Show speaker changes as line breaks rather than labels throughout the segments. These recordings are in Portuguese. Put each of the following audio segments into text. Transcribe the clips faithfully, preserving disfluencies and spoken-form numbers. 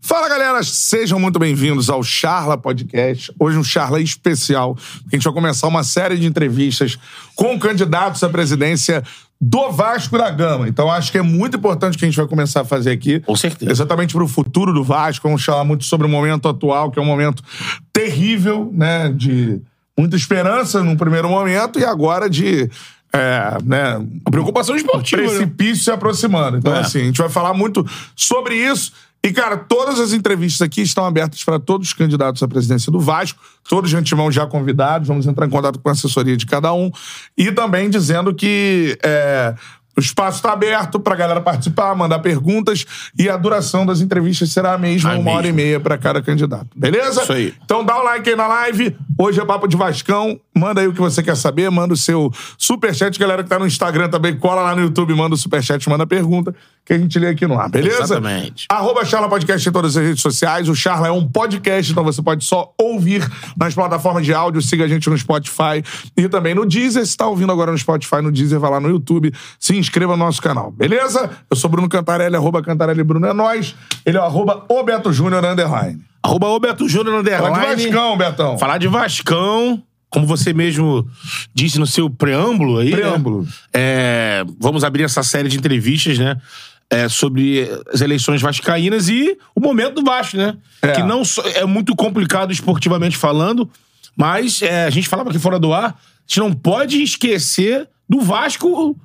Fala, galera! Sejam muito bem-vindos ao Charla Podcast. Hoje um Charla especial, porque a gente vai começar uma série de entrevistas com candidatos à presidência do Vasco da Gama. Então, acho que é muito importante o que a gente vai começar a fazer aqui.
Com certeza.
Exatamente para o futuro do Vasco. Vamos falar muito sobre o momento atual, que é um momento terrível, né? De muita esperança num primeiro momento e agora de... É, né?
Preocupação esportiva.
Precipício, né? Se aproximando. Então, é. assim, a gente vai falar muito sobre isso. E, cara, todas as entrevistas aqui estão abertas para todos os candidatos à presidência do Vasco, todos de antemão já convidados, vamos entrar em contato com a assessoria de cada um, e também dizendo que é, o espaço está aberto para a galera participar, mandar perguntas, e a duração das entrevistas será a mesma, a uma mesma. hora e meia para cada candidato. Beleza?
Isso aí.
Então dá um like aí na live, hoje é Papo de Vascão, manda aí o que você quer saber, manda o seu superchat, galera que tá no Instagram também, cola lá no YouTube, manda o superchat, manda a pergunta, que a gente lê aqui no ar, beleza?
Exatamente.
Arroba Charla Podcast em todas as redes sociais. O Charla é um podcast, então você pode só ouvir nas plataformas de áudio. Siga a gente no Spotify e também no Deezer. Se tá ouvindo agora no Spotify, no Deezer, vai lá no YouTube, se inscreva no nosso canal, beleza? Eu sou Bruno Cantarelli, arroba Cantarelli Bruno é nóis. Ele é o arroba o Beto Júnior underline.
Arroba o Beto Júnior underline.
Falar de Vascão, Betão.
Falar de Vascão... Como você mesmo disse no seu preâmbulo aí,
Preâmbulo.
Né? É, vamos abrir essa série de entrevistas, né? É, sobre as eleições vascaínas e o momento do Vasco, né?
É.
Que não só, é muito complicado esportivamente falando, mas é, a gente falava aqui fora do ar, a gente não pode esquecer do Vasco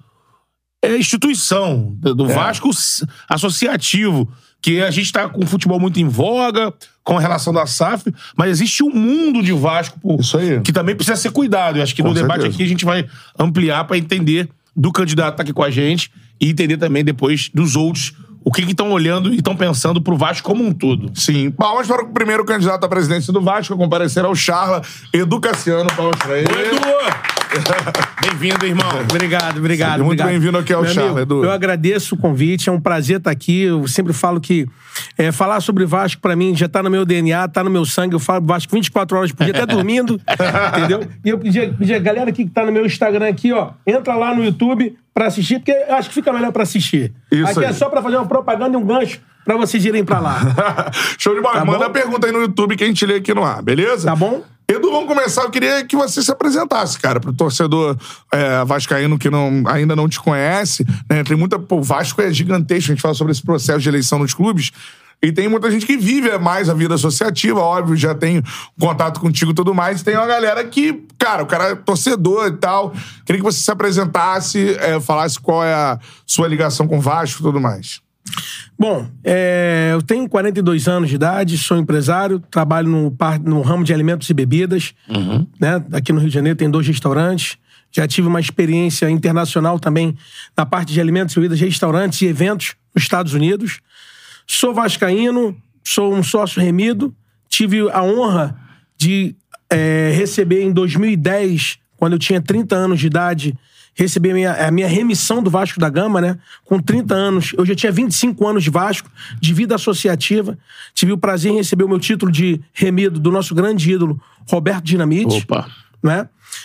é, instituição, do
é.
Vasco associativo, que a gente tá com o futebol muito em voga, com a relação da S A F, mas existe um mundo de Vasco por,
Isso aí.
que também precisa ser cuidado. Eu acho que
Com
no
certeza.
debate aqui a gente vai ampliar para entender do candidato que tá aqui com a gente e entender também depois dos outros o que estão olhando e estão pensando pro Vasco como um todo.
Sim. Palmas para o primeiro candidato à presidência do Vasco a comparecer ao Charla, Edu Cassiano. Palmas para ele.
Edu! Bem-vindo, irmão.
Obrigado, obrigado.
Seja muito
obrigado.
bem-vindo aqui ao
Meu
Charla,
amigo,
Edu.
Eu agradeço o convite, é um prazer estar aqui. Eu sempre falo que é, falar sobre Vasco, pra mim, já tá no meu D N A, tá no meu sangue. Eu falo Vasco vinte e quatro horas por dia, até dormindo, entendeu? E eu pedi, pedi a galera aqui que tá no meu Instagram aqui, ó, entra lá no YouTube pra assistir, porque eu acho que fica melhor pra assistir.
Isso
aqui
aí.
é só pra fazer uma propaganda e um gancho pra vocês irem pra lá.
Show de bola.
Tá
Manda
bom?
a pergunta aí no YouTube que a gente lê aqui no ar, beleza?
Tá bom?
Edu, vamos começar. Eu queria que você se apresentasse, cara, pro torcedor é, vascaíno que não, ainda não te conhece. Né? Tem muita... Pô, o Vasco é gigantesco. A gente fala sobre esse processo de eleição nos clubes. E tem muita gente que vive mais a vida associativa, óbvio, já tem contato contigo e tudo mais. E tem uma galera que, cara, o cara é torcedor e tal. Queria que você se apresentasse, é, falasse qual é a sua ligação com o Vasco e tudo mais.
Bom, é, eu tenho quarenta e dois anos de idade, sou empresário, trabalho no, par- no ramo de alimentos e bebidas.
Uhum.
Né? Aqui no Rio de Janeiro tem dois restaurantes. Já tive uma experiência internacional também na parte de alimentos e bebidas, restaurantes e eventos nos Estados Unidos. Sou vascaíno, sou um sócio remido. Tive a honra de é, receber em dois mil e dez, quando eu tinha trinta anos de idade, recebi a minha, a minha remissão do Vasco da Gama, né? Com trinta anos. Eu já tinha vinte e cinco anos de Vasco, de vida associativa. Tive o prazer em receber o meu título de remido do nosso grande ídolo, Roberto Dinamite.
Opa!
Né?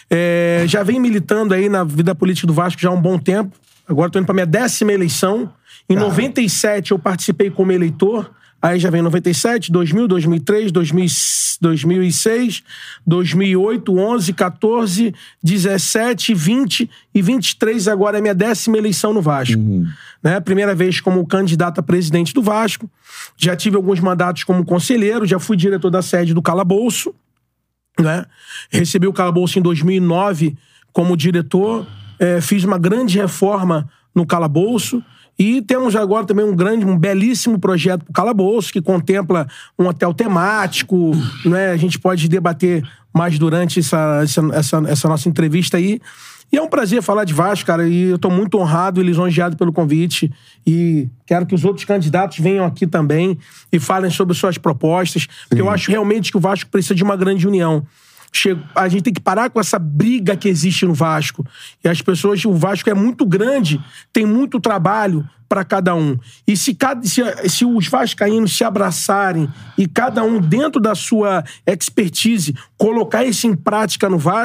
É, já venho militando aí na vida política do Vasco já há um bom tempo. Agora estou indo para minha décima eleição. Em noventa e sete eu participei como eleitor. Aí já vem noventa e sete, dois mil, dois mil e três, dois mil, dois mil e seis, dois mil e oito, onze, quatorze, dezessete, vinte e vinte e três. Agora é minha décima eleição no Vasco.
Uhum.
Né? Primeira vez como candidato a presidente do Vasco. Já tive alguns mandatos como conselheiro, já fui diretor da sede do Calabouço. Né? Recebi o Calabouço em dois mil e nove como diretor. É, fiz uma grande reforma no Calabouço. E temos agora também um grande, um belíssimo projeto para o Calabouço, que contempla um hotel temático, né? A gente pode debater mais durante essa, essa, essa, essa nossa entrevista aí. E é um prazer falar de Vasco, cara, e eu tô muito honrado e lisonjeado pelo convite. E quero que os outros candidatos venham aqui também e falem sobre suas propostas, porque eu acho realmente que o Vasco precisa de uma grande união. A gente tem que parar com essa briga que existe no Vasco. E as pessoas, o Vasco é muito grande, tem muito trabalho para cada um. E se, cada, se, se os vascaínos se abraçarem e cada um, dentro da sua expertise, colocar isso em prática no Vasco,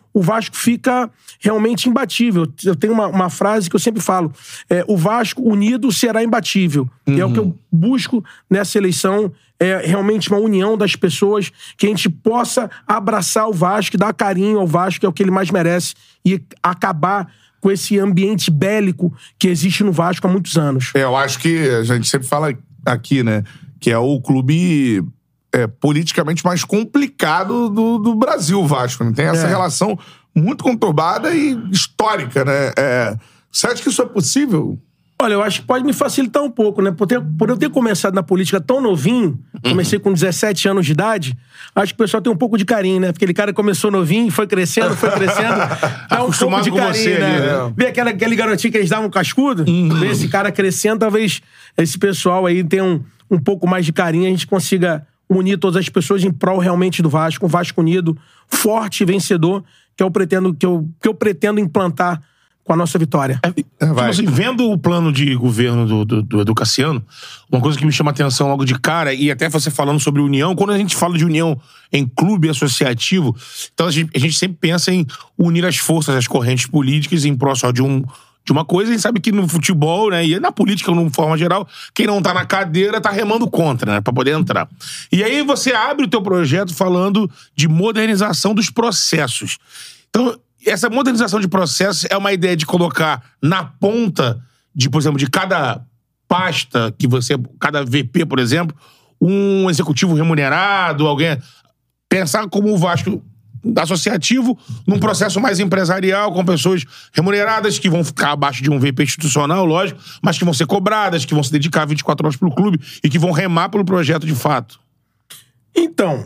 o Vasco fica realmente imbatível. Eu tenho uma, uma frase que eu sempre falo, é, o Vasco unido será imbatível. Uhum. E é o que eu busco nessa eleição, é realmente uma união das pessoas, que a gente possa abraçar o Vasco, dar carinho ao Vasco, que é o que ele mais merece, e acabar com esse ambiente bélico que existe no Vasco há muitos anos.
É, eu acho que a gente sempre fala aqui, né, que é o clube é, politicamente mais complicado do, do Brasil, o Vasco. Né? Tem essa é. relação muito conturbada e histórica, né? É, você acha que isso é possível?
Olha, eu acho que pode me facilitar um pouco, né? Por, ter, por eu ter começado na política tão novinho, comecei com dezessete anos de idade, acho que o pessoal tem um pouco de carinho, né? Porque aquele cara começou novinho, foi crescendo, foi crescendo. Dá um pouco de carinho, você, né? né? Vê aquela, aquele garotinho que eles davam um cascudo? Uhum. Vê esse cara crescendo, talvez esse pessoal aí tenha um, um pouco mais de carinho, a gente consiga unir todas as pessoas em prol realmente do Vasco, um Vasco unido, forte e vencedor, que eu pretendo, que eu, que eu pretendo implantar com a nossa vitória.
É, tipo assim, vendo o plano de governo do, do, do, do Cassiano, uma coisa que me chama a atenção logo de cara, e até você falando sobre união, quando a gente fala de união em clube associativo, então a gente, a gente sempre pensa em unir as forças, as correntes políticas em prol só de, um, de uma coisa. A gente sabe que no futebol, né, e na política, de forma geral, quem não tá na cadeira tá remando contra, né, pra poder entrar. E aí você abre o teu projeto falando de modernização dos processos. Então, essa modernização de processos é uma ideia de colocar na ponta de, por exemplo, de cada pasta que você, cada V P, por exemplo, um executivo remunerado, alguém pensar como o Vasco associativo num processo mais empresarial, com pessoas remuneradas que vão ficar abaixo de um V P institucional, lógico, mas que vão ser cobradas, que vão se dedicar vinte e quatro horas pro clube e que vão remar pelo projeto de fato.
Então,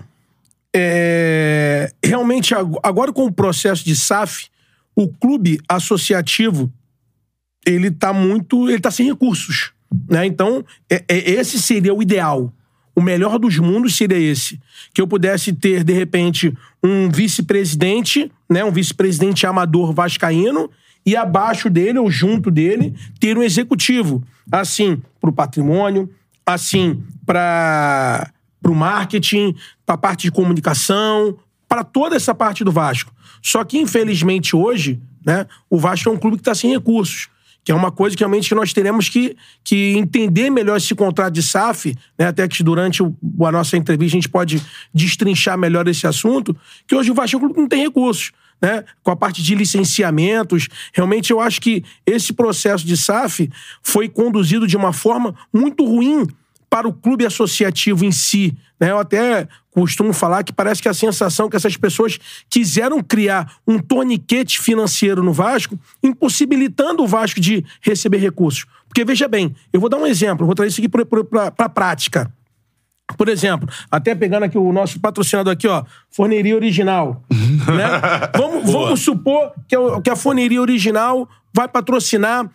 É, realmente, agora com o processo de S A F, o clube associativo, ele tá muito, ele tá sem recursos, né? Então, é, é, esse seria o ideal. O melhor dos mundos seria esse. Que eu pudesse ter, de repente, um vice-presidente, né? Um vice-presidente amador vascaíno, e abaixo dele, ou junto dele, ter um executivo. Assim, pro patrimônio, assim, para pro marketing, para a parte de comunicação, para toda essa parte do Vasco. Só que, infelizmente, hoje, né, o Vasco é um clube que está sem recursos, que é uma coisa que realmente que nós teremos que, que entender melhor esse contrato de S A F, né, até que durante o, a nossa entrevista a gente pode destrinchar melhor esse assunto, que hoje o Vasco é um clube que não tem recursos, né, com a parte de licenciamentos. Realmente eu acho que esse processo de S A F foi conduzido de uma forma muito ruim para o clube associativo em si, né? Eu até costumo falar que parece que a sensação que essas pessoas quiseram criar um torniquete financeiro no Vasco, impossibilitando o Vasco de receber recursos. Porque, veja bem, eu vou dar um exemplo, eu vou trazer isso aqui para a prática. Por exemplo, até pegando aqui o nosso patrocinador aqui, ó, Forneria Original. Né? Vamos, vamos supor que a, que a Forneria Original vai patrocinar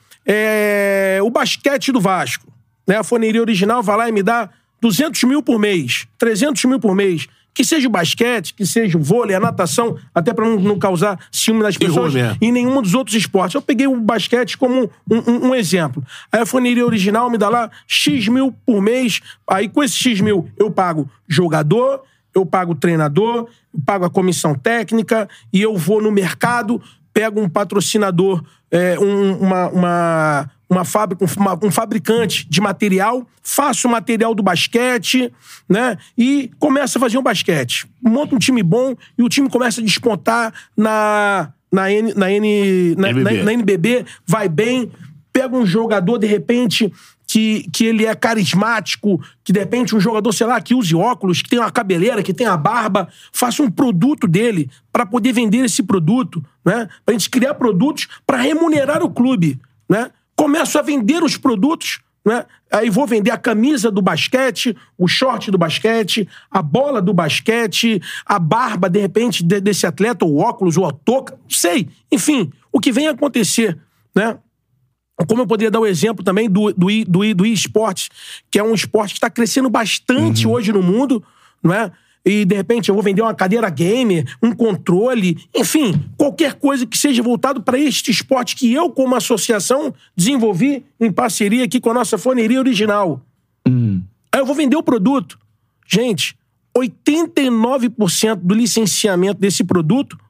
é, o basquete do Vasco. Né? A Forneria Original vai lá e me dá duzentos mil por mês, trezentos mil por mês. Que seja o basquete, que seja o vôlei, a natação, até pra não, não causar ciúme das pessoas em nenhum dos outros esportes. Eu peguei o basquete como um, um, um exemplo. Aí a Forneria Original me dá lá X mil por mês. Aí com esse X mil eu pago jogador, eu pago treinador, eu pago a comissão técnica e eu vou no mercado, pego um patrocinador, é, um, uma... uma Uma fábrica, uma, um fabricante de material, faço o material do basquete, né? E começa a fazer um basquete. Monta um time bom e o time começa a despontar na, na, N, na, N, na, na, na N B B, vai bem, pega um jogador, de repente, que, que ele é carismático, que de repente um jogador, sei lá, que use óculos, que tem uma cabeleira, que tem a barba, faça um produto dele para poder vender esse produto, né? Pra gente criar produtos para remunerar o clube, né? Começo a vender os produtos, né? Aí vou vender a camisa do basquete, o short do basquete, a bola do basquete, a barba, de repente, de, desse atleta, o óculos, ou a touca, não sei. Enfim, o que vem a acontecer, né? Como eu poderia dar o exemplo também do, do, do, do e-sports, que é um esporte que está crescendo bastante uhum. hoje no mundo, não é? E, de repente, eu vou vender uma cadeira gamer, um controle, enfim, qualquer coisa que seja voltado para este esporte que eu, como associação, desenvolvi em parceria aqui com a nossa Forneria Original. Uhum. Aí eu vou vender o produto. Gente, oitenta e nove por cento do licenciamento desse produto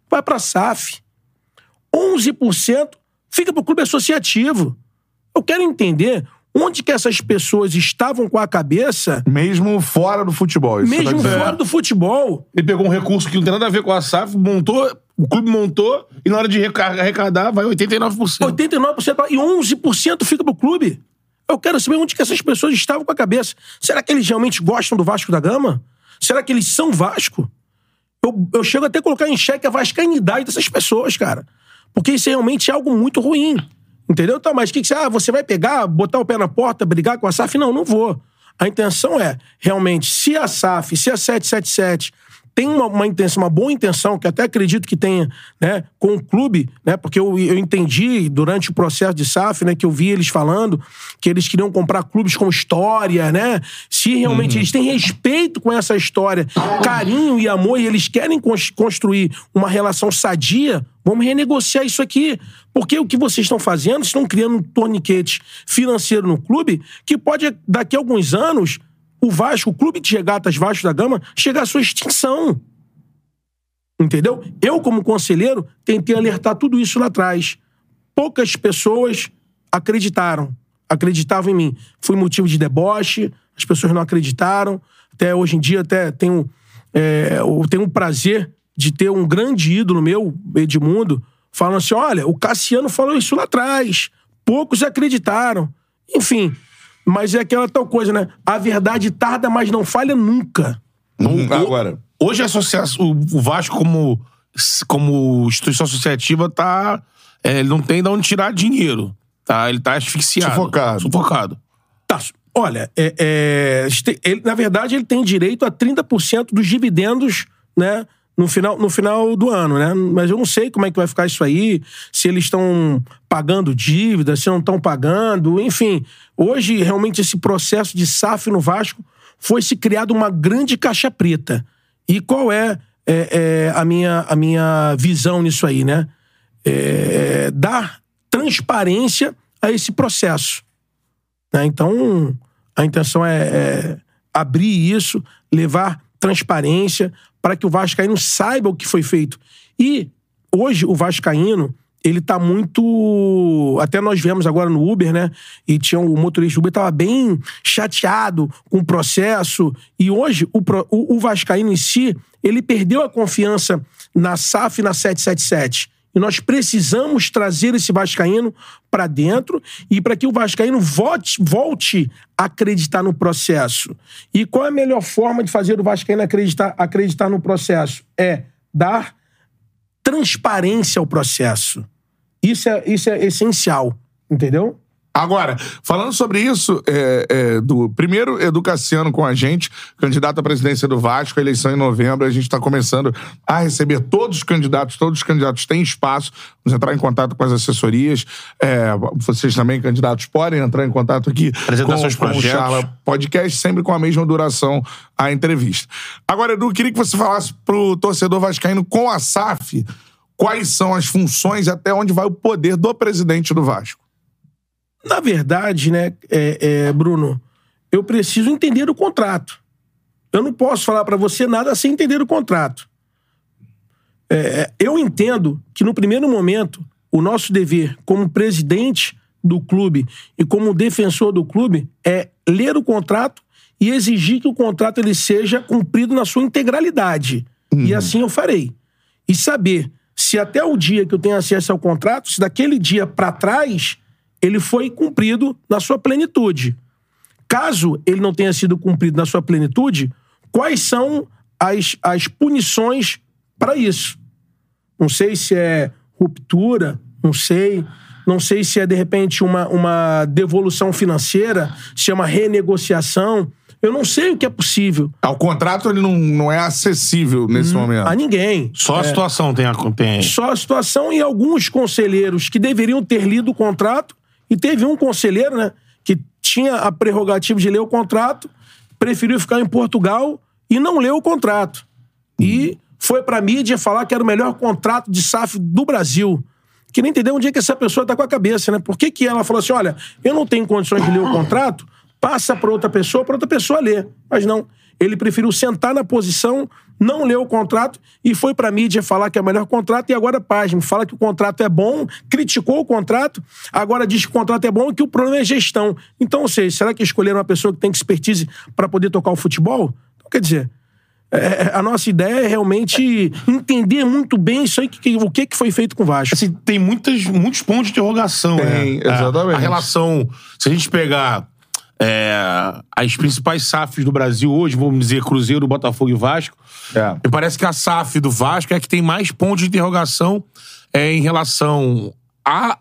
vai pra S A F. onze por cento fica pro clube associativo. Eu quero entender onde que essas pessoas estavam com a cabeça...
Mesmo fora do futebol. Isso
mesmo
tá
fora do futebol.
Ele pegou um recurso que não tem nada a ver com a S A F, montou, o clube montou, e na hora de arrecadar vai oitenta e nove por cento.
oitenta e nove por cento e onze por cento fica pro clube. Eu quero saber onde que essas pessoas estavam com a cabeça. Será que eles realmente gostam do Vasco da Gama? Será que eles são Vasco? Eu, eu chego até a colocar em xeque a vascainidade dessas pessoas, cara. Porque isso realmente é algo muito ruim. Entendeu? Então, mas o que, que você... Ah, você vai pegar, botar o pé na porta, brigar com a S A F? Não, não vou. A intenção é, realmente, se a S A F, se a sete sete sete tem uma, uma intenção, uma boa intenção, que até acredito que tenha, né, com o clube, né, porque eu, eu entendi durante o processo de S A F, né, que eu vi eles falando que eles queriam comprar clubes com história, né, se realmente uhum. eles têm respeito com essa história, carinho e amor, e eles querem cons- construir uma relação sadia, vamos renegociar isso aqui. Porque o que vocês estão fazendo, estão criando um torniquete financeiro no clube que pode, daqui a alguns anos, o Vasco, o clube de regatas Vasco da Gama, chegar à sua extinção. Entendeu? Eu, como conselheiro, tentei alertar tudo isso lá atrás. Poucas pessoas acreditaram. Acreditavam em mim. Foi motivo de deboche, as pessoas não acreditaram. Até hoje em dia, até tenho, é, eu tenho um prazer de ter um grande ídolo meu, Edmundo, falando assim, olha, o Cassiano falou isso lá atrás. Poucos acreditaram. Enfim, mas é aquela tal coisa, né? A verdade tarda, mas não falha nunca.
Hum, agora.
Hoje a associação, o Vasco como, como instituição associativa tá... É, ele não tem de onde tirar dinheiro. Tá? Ele tá asfixiado.
Sufocado.
Sufocado.
Tá, olha, é, é, ele, na verdade ele tem direito a trinta por cento dos dividendos, né? No final, no final do ano, né? Mas eu não sei como é que vai ficar isso aí, se eles estão pagando dívida, se não estão pagando, enfim. Hoje, realmente, esse processo de S A F no Vasco foi se criado uma grande caixa preta. E qual é, é, é a, minha, a minha visão nisso aí, né? É, dar transparência a esse processo. Né? Então, a intenção é, é abrir isso, levar transparência para que o vascaíno saiba o que foi feito. E hoje o vascaíno, ele tá muito... Até nós viemos agora no Uber, né? E tinha o motorista do Uber, tava bem chateado com o processo. E hoje o, o, o vascaíno em si, ele perdeu a confiança na S A F e na sete sete sete. E nós precisamos trazer esse vascaíno para dentro e para que o vascaíno volte, volte a acreditar no processo. E qual é a melhor forma de fazer o vascaíno acreditar, acreditar no processo? É dar transparência ao processo. Isso é, isso é essencial, entendeu?
Agora, falando sobre isso, é, é, do primeiro Edu Cassiano com a gente, candidato à presidência do Vasco, a eleição em novembro, a gente está começando a receber todos os candidatos, todos os candidatos têm espaço, vamos entrar em contato com as assessorias, é, vocês também, candidatos, podem entrar em contato aqui
apresentar
com,
seus
com o Charla Podcast, sempre com a mesma duração a entrevista. Agora, Edu, queria que você falasse pro torcedor vascaíno com a S A F, quais são as funções e até onde vai o poder do presidente do Vasco.
Na verdade, né, é, é, Bruno, eu preciso entender o contrato. Eu não posso falar pra você nada sem entender o contrato. É, eu entendo que, no primeiro momento, o nosso dever como presidente do clube e como defensor do clube é ler o contrato e exigir que o contrato ele seja cumprido na sua integralidade. Uhum. E assim eu farei. E saber se até o dia que eu tenho acesso ao contrato, se daquele dia pra trás... ele foi cumprido na sua plenitude. Caso ele não tenha sido cumprido na sua plenitude, quais são as, as punições para isso? Não sei se é ruptura, não sei. Não sei se é, de repente, uma, uma devolução financeira, se é uma renegociação. Eu não sei o que é possível.
Ah, o contrato ele não, não é acessível nesse hum, momento.
A ninguém.
Só a
é,
situação tem a... Tem...
Só a situação e alguns conselheiros que deveriam ter lido o contrato. E teve um conselheiro, né, que tinha a prerrogativa de ler o contrato, preferiu ficar em Portugal e não leu o contrato. E foi pra mídia falar que era o melhor contrato de S A F do Brasil. Que nem entendeu onde é que essa pessoa tá com a cabeça, né? Por que que ela falou assim, olha, eu não tenho condições de ler o contrato, passa pra outra pessoa, pra outra pessoa ler. Mas não. Ele preferiu sentar na posição, não ler o contrato e foi pra mídia falar que é o melhor contrato e agora, pasme, fala que o contrato é bom, criticou o contrato, agora diz que o contrato é bom e que o problema é gestão. Então, ou seja, será que escolheram uma pessoa que tem expertise pra poder tocar o futebol? Então, quer dizer, é, a nossa ideia é realmente entender muito bem isso aí, que, que, o que, que foi feito com o Vasco.
Assim, tem muitas, muitos pontos de interrogação,
Tem,
né?
exatamente.
A, a relação, se a gente pegar é, as principais S A Fs do Brasil hoje, vamos dizer Cruzeiro, Botafogo e Vasco,
É.
me parece que a S A F do Vasco é a que tem mais pontos de interrogação é, em relação a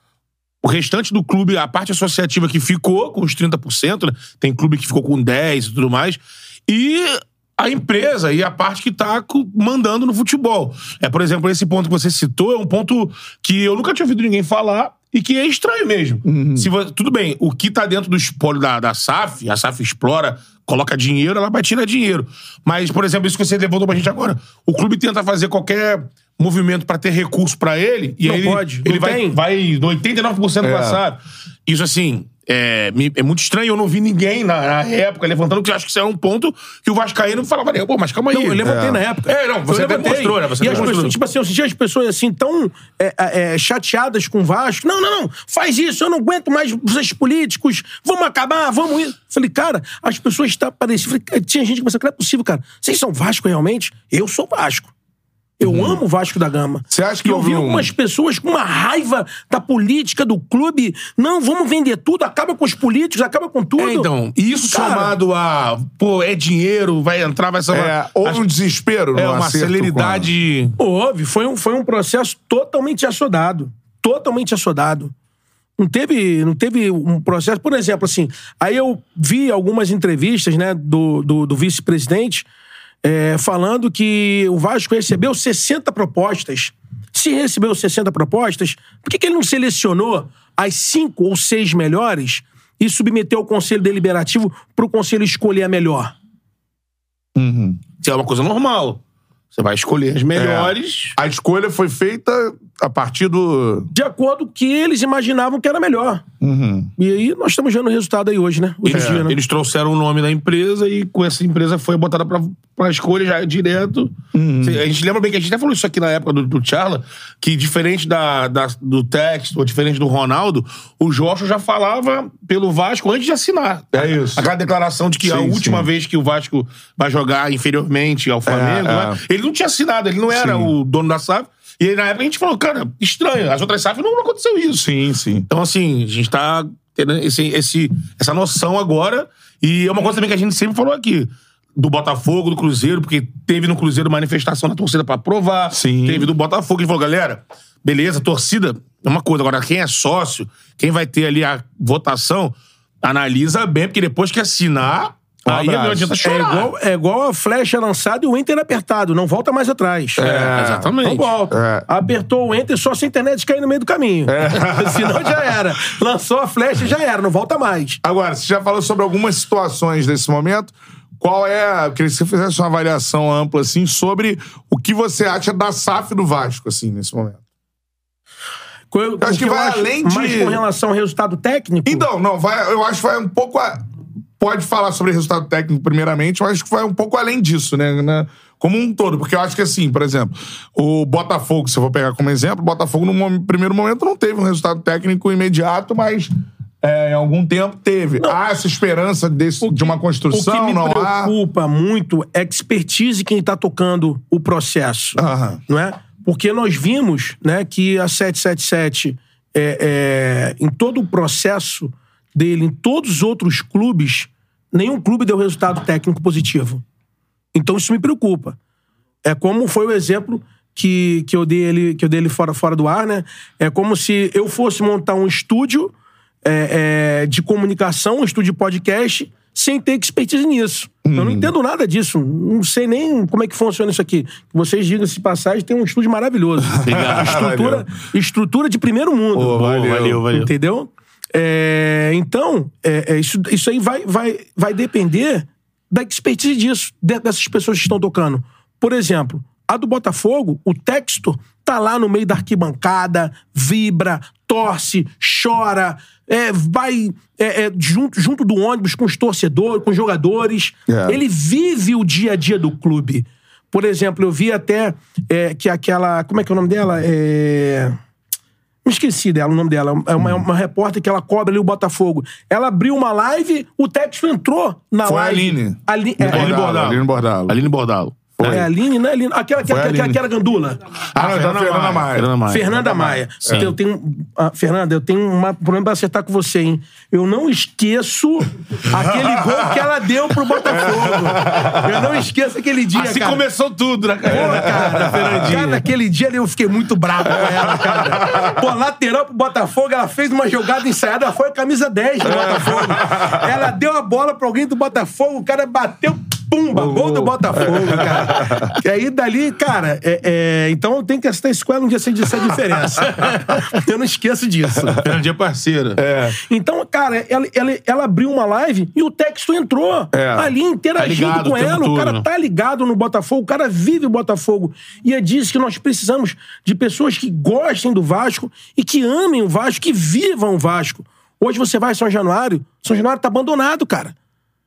o restante do clube, a parte associativa que ficou com os trinta por cento, né? Tem clube que ficou com dez por cento e tudo mais, e a empresa e a parte que tá mandando no futebol. É, por exemplo, esse ponto que você citou é um ponto que eu nunca tinha ouvido ninguém falar e que é estranho mesmo. Uhum. Se você, tudo bem, o que tá dentro do espólio da, da S A F, a S A F explora, coloca dinheiro, ela vai tirar dinheiro. Mas, por exemplo, isso que você levantou pra gente agora, o clube tenta fazer qualquer movimento pra ter recurso pra ele, e
não
aí
pode,
ele, ele
não
vai,
tem.
vai no oitenta e nove por cento
É.
da S A F. Isso, assim, é, é muito estranho. Eu não vi ninguém na, na época levantando, porque eu acho que isso é um ponto que o vascaíno falava, pô, mas calma aí.
Não, eu levantei
é.
na época.
É, não, você
Eu
até
levantei.
mostrou, né? Você
e
até
as
mostrou.
pessoas, tipo assim, eu senti as pessoas assim tão é, é, chateadas com o Vasco. Não, não, não, faz isso, eu não aguento mais vocês políticos, vamos acabar, vamos ir. Falei, cara, as pessoas estão parecidas. Tinha gente que pensava que não é possível, cara. Vocês são Vasco realmente? Eu sou Vasco. Eu
Uhum.
amo o Vasco da Gama.
Você acha que
e eu vi
houve um-
algumas pessoas com uma raiva da política, do clube. Não, vamos vender tudo, acaba com os políticos, acaba com tudo.
É, então, e isso
Cara,
somado a, pô, é dinheiro, vai entrar, vai ser
É, houve um desespero
É,
no
uma
acerto
celeridade.
Houve, foi um, foi um processo totalmente assodado. Totalmente assodado. Não teve, não teve um processo... Por exemplo, assim, aí eu vi algumas entrevistas, né, do, do, do vice-presidente é, falando que o Vasco recebeu sessenta propostas. Se recebeu sessenta propostas, por que, que ele não selecionou as cinco ou seis melhores e submeteu ao Conselho Deliberativo para o Conselho escolher a melhor?
Uhum.
Isso é uma coisa normal. Você vai escolher as melhores.
A escolha foi feita a partir do...
De acordo com o que eles imaginavam que era melhor.
Uhum.
E aí nós estamos vendo o resultado aí hoje, né? Hoje em
Eles,
dia, né?
eles trouxeram o nome da empresa e com essa empresa foi botada pra, pra escolha já direto. A gente lembra bem que a gente até falou isso aqui na época do, do Charla, que diferente da, da, do Texto, ou diferente do Ronaldo, o Joshua já falava pelo Vasco antes de assinar.
É isso.
Aquela declaração de que a
Sim,
última
sim.
vez que o Vasco vai jogar inferiormente ao Flamengo,
É,
né?
é.
Ele não tinha assinado, ele não era
Sim.
o dono da S A F. E aí, na época a gente falou, cara, estranho, as outras S A F não aconteceu isso.
Sim, sim.
Então, assim, a gente tá tendo esse, esse, essa noção agora. E é uma coisa também que a gente sempre falou aqui. Do Botafogo, do Cruzeiro, porque teve no Cruzeiro manifestação da torcida pra aprovar.
Sim.
Teve do Botafogo. Ele falou, galera, beleza, torcida é uma coisa. Agora, quem é sócio, quem vai ter ali a votação, analisa bem, porque depois que assinar,
Um
aí não
abraço.
adianta
É
chorar.
igual, é igual a flecha lançada e o enter apertado. Não volta mais atrás.
É, exatamente.
Não volta.
É.
Apertou o enter só se a internet cair no meio do caminho. Senão já era. Lançou a flecha, já era. Não volta mais.
Agora, você já falou sobre algumas situações desse momento. Qual é... Eu queria que você fizesse uma avaliação ampla, assim, sobre o que você acha da S A F do Vasco, assim, nesse momento.
Eu
acho que vai além de-
Mas com relação ao resultado técnico...
Então, não, vai, eu acho que vai um pouco... A, pode falar sobre resultado técnico primeiramente, mas acho que vai um pouco além disso, né? né? Como um todo. Porque eu acho que, assim, por exemplo, o Botafogo, se eu vou pegar como exemplo, o Botafogo, no mom- primeiro momento, não teve um resultado técnico imediato, mas é, em algum tempo teve. Há essa esperança desse, de uma construção,
O que me
não há...
preocupa muito é a expertise quem está tocando o processo.
Aham.
Não é? Porque nós vimos, né, que a sete sete sete, é, é, em todo o processo dele, em todos os outros clubes, nenhum clube deu resultado técnico positivo. Então isso me preocupa. É como foi o exemplo que, que eu dei ele, que eu dei ele fora, fora do ar, né? É como se eu fosse montar um estúdio é, é, de comunicação, um estúdio de podcast, sem ter expertise nisso.
Hum.
Eu não entendo nada disso. Não sei nem como é que funciona isso aqui. Vocês, digam-se de passagem, tem um estúdio maravilhoso. estrutura, estrutura de primeiro mundo.
Pô, valeu.
valeu, valeu.
Entendeu? É, então, é, é, isso, isso aí vai, vai, vai depender da expertise disso, de- dessas pessoas que estão tocando. Por exemplo, a do Botafogo, o Textor tá lá no meio da arquibancada, vibra, torce, chora, é, vai é, é, junto, junto do ônibus com os torcedores, com os jogadores.
É.
Ele vive o dia a dia do clube. Por exemplo, eu vi até é, que aquela... Como é que é o nome dela? É... Me esqueci dela, o nome dela. É uma, é uma repórter que ela cobre ali o Botafogo. Ela abriu uma live, o texto entrou na
Foi
live.
a Aline.
Ali, é,
Aline Bordalo.
Aline Bordalo.
Aline Bordalo.
É a Aline, né? Aline? Aquela, aquela,
Foi a
aquela,
Aline.
aquela gandula.
Ah, não, então Fernanda Maia.
Fernanda Maia.
Fernanda Maia.
Sim.
Eu tenho, ah, Fernanda, eu tenho um problema pra acertar com você, hein? Eu não esqueço aquele gol que ela deu pro Botafogo. Eu não esqueço aquele dia,
Assim
cara.
começou tudo, né,
Pô,
cara?
cara,
Fernandinha.
cara, naquele dia ali eu fiquei muito bravo com ela, cara. Pô, lateral pro Botafogo, ela fez uma jogada ensaiada, ela foi a camisa dez do Botafogo. Ela deu a bola pra alguém do Botafogo, o cara bateu, pumba, gol do Botafogo, cara. E aí, dali, cara, é, é, então eu tenho que acertar isso com ela um dia sem essa diferença. Eu não esqueço disso.
Fernandinha é parceira.
É.
Então, cara, ela, ela, ela abriu uma live e o texto entrou
É.
ali interagindo
Tá ligado
com
o tempo
ela. O
todo,
cara
né?
tá ligado no Botafogo, o cara vive o Botafogo. E é disso que nós precisamos de pessoas que gostem do Vasco e que amem o Vasco, que vivam o Vasco. Hoje você vai a São Januário, São Januário tá abandonado, cara.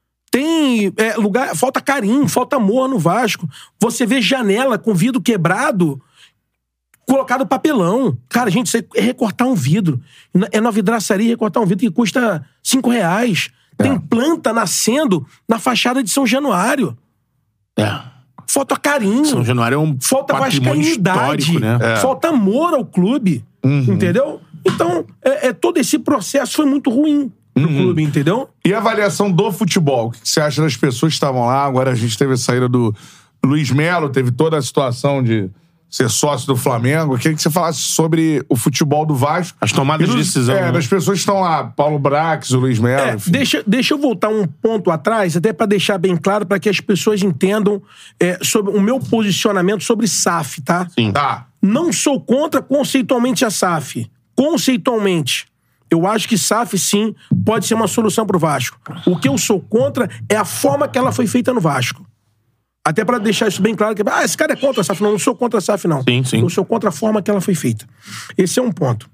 Tem é, lugar, falta carinho, falta amor no Vasco. Você vê janela com vidro quebrado, colocado papelão. Cara, gente, isso é recortar um vidro. É na vidraçaria recortar um vidro que custa cinco reais. Tem
É.
planta nascendo na fachada de São Januário.
É.
Falta carinho.
São Januário é um
Falta
patrimônio
vascainidade.
histórico, né?
É.
Falta amor ao clube. Entendeu? Então, é, é, todo esse processo foi muito ruim pro clube, entendeu?
E a avaliação do futebol? O que você acha das pessoas que estavam lá? Agora a gente teve a saída do Luiz Melo, teve toda a situação de ser sócio do Flamengo. Eu queria que você falasse sobre o futebol do Vasco.
As tomadas
E
de
dos-
decisão.
É,
né?
das pessoas que estão lá. Paulo Brax, o Luiz Melo,
É,
enfim.
deixa, deixa eu voltar um ponto atrás, até para deixar bem claro, para que as pessoas entendam é, sobre o meu posicionamento sobre S A F, tá?
Sim.
Tá.
Não sou contra conceitualmente a S A F. Conceitualmente. Eu acho que S A F, sim, pode ser uma solução pro Vasco. O que eu sou contra é a forma que ela foi feita no Vasco. Até pra deixar isso bem claro, que ah, esse cara é contra a S A F. Não, eu não sou contra a S A F, não.
Sim, sim.
Eu sou contra a forma que ela foi feita. Esse é um ponto.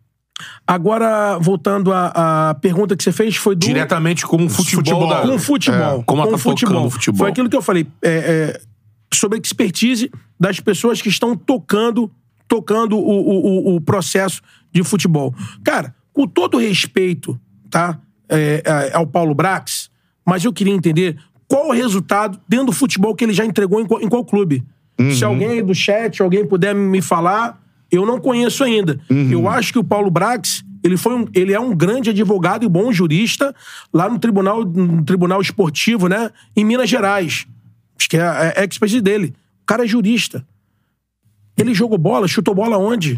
Agora, voltando à, à pergunta que você fez, foi do...
Diretamente com o futebol.
Futebol.
Da...
Com futebol.
É, como ela
com
tá tocando o futebol.
Foi aquilo que eu falei. É, é, sobre a expertise das pessoas que estão tocando, tocando o, o, o, o processo de futebol. Cara, com todo respeito, tá? É, é, ao Paulo Brax, mas eu queria entender qual o resultado dentro do futebol que ele já entregou em qual, em qual clube. Se alguém aí do chat, alguém puder me falar, eu não conheço ainda. Eu acho que o Paulo Brax, ele, foi um, ele é um grande advogado e bom jurista lá no Tribunal, no tribunal Esportivo, né? Em Minas Gerais. Acho que é a é expertise dele. O cara é jurista. Ele jogou bola, chutou bola onde?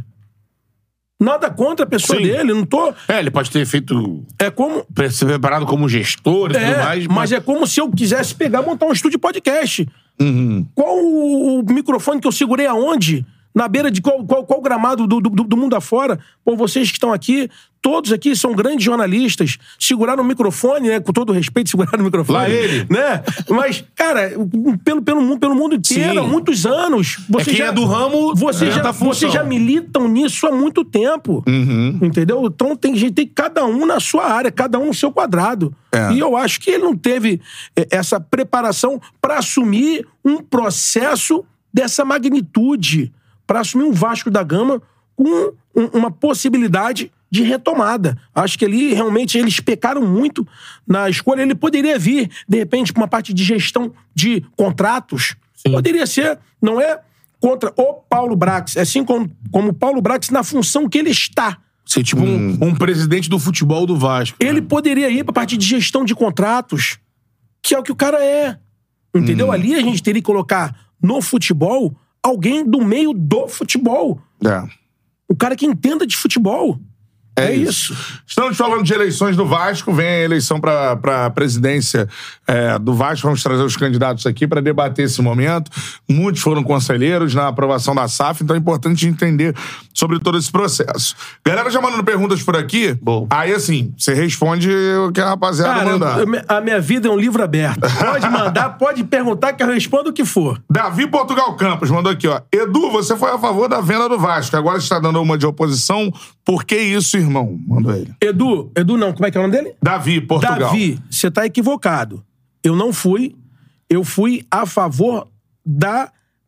Nada contra a pessoa
Sim.
dele, não tô...
É, ele pode ter feito.
É como...
Ser preparado como gestor e
É,
tudo mais.
mas é como se eu quisesse pegar e montar um estúdio de podcast. Qual o, o microfone que eu segurei aonde? Na beira de qual, qual, qual gramado do, do, do mundo afora? Pô, vocês que estão aqui, todos aqui são grandes jornalistas. Seguraram o microfone, né? Com todo respeito, seguraram o microfone.
Lá ele.
Né? Mas, cara, pelo, pelo, mundo, pelo mundo inteiro,
Sim.
há muitos anos. Você
quem
já,
é do ramo,
Vocês
é
já,
da função.
vocês já militam nisso há muito tempo. Entendeu? Então tem gente, tem cada um na sua área, cada um no seu quadrado.
É.
E eu acho que ele não teve eh, essa preparação para assumir um processo dessa magnitude, para assumir um Vasco da Gama com um- uma possibilidade de retomada. Acho que ali, realmente, eles pecaram muito na escolha. Ele poderia vir, de repente, para uma parte de gestão de contratos. Poderia ser, não é contra o Paulo Brax, é assim como, como o Paulo Brax na função que ele está.
Ser tipo um, um presidente do futebol do Vasco.
Ele poderia ir para a parte de gestão de contratos, que é o que o cara é. Entendeu? Ali a gente teria que colocar no futebol alguém do meio do futebol.
É.
O cara que entenda de futebol.
É,
É
isso.
isso.
Estamos falando de eleições do Vasco. Vem a eleição para a presidência é, do Vasco. Vamos trazer os candidatos aqui para debater esse momento. Muitos foram conselheiros na aprovação da S A F, então é importante entender sobre todo esse processo. Galera já mandando perguntas por aqui.
Bom.
Aí, assim, você responde o que a rapaziada
Cara,
mandar.
eu- eu- a minha vida é um livro aberto. Pode mandar, pode perguntar que eu respondo o que for.
Davi Portugal Campos mandou aqui, ó. Edu, você foi a favor da venda do Vasco. Agora está dando uma de oposição. Por que isso, irmão? Mandou ele.
Edu, Edu não, como é que é o nome dele?
Davi Portugal.
Davi, você tá equivocado. Eu não fui. Eu fui a favor da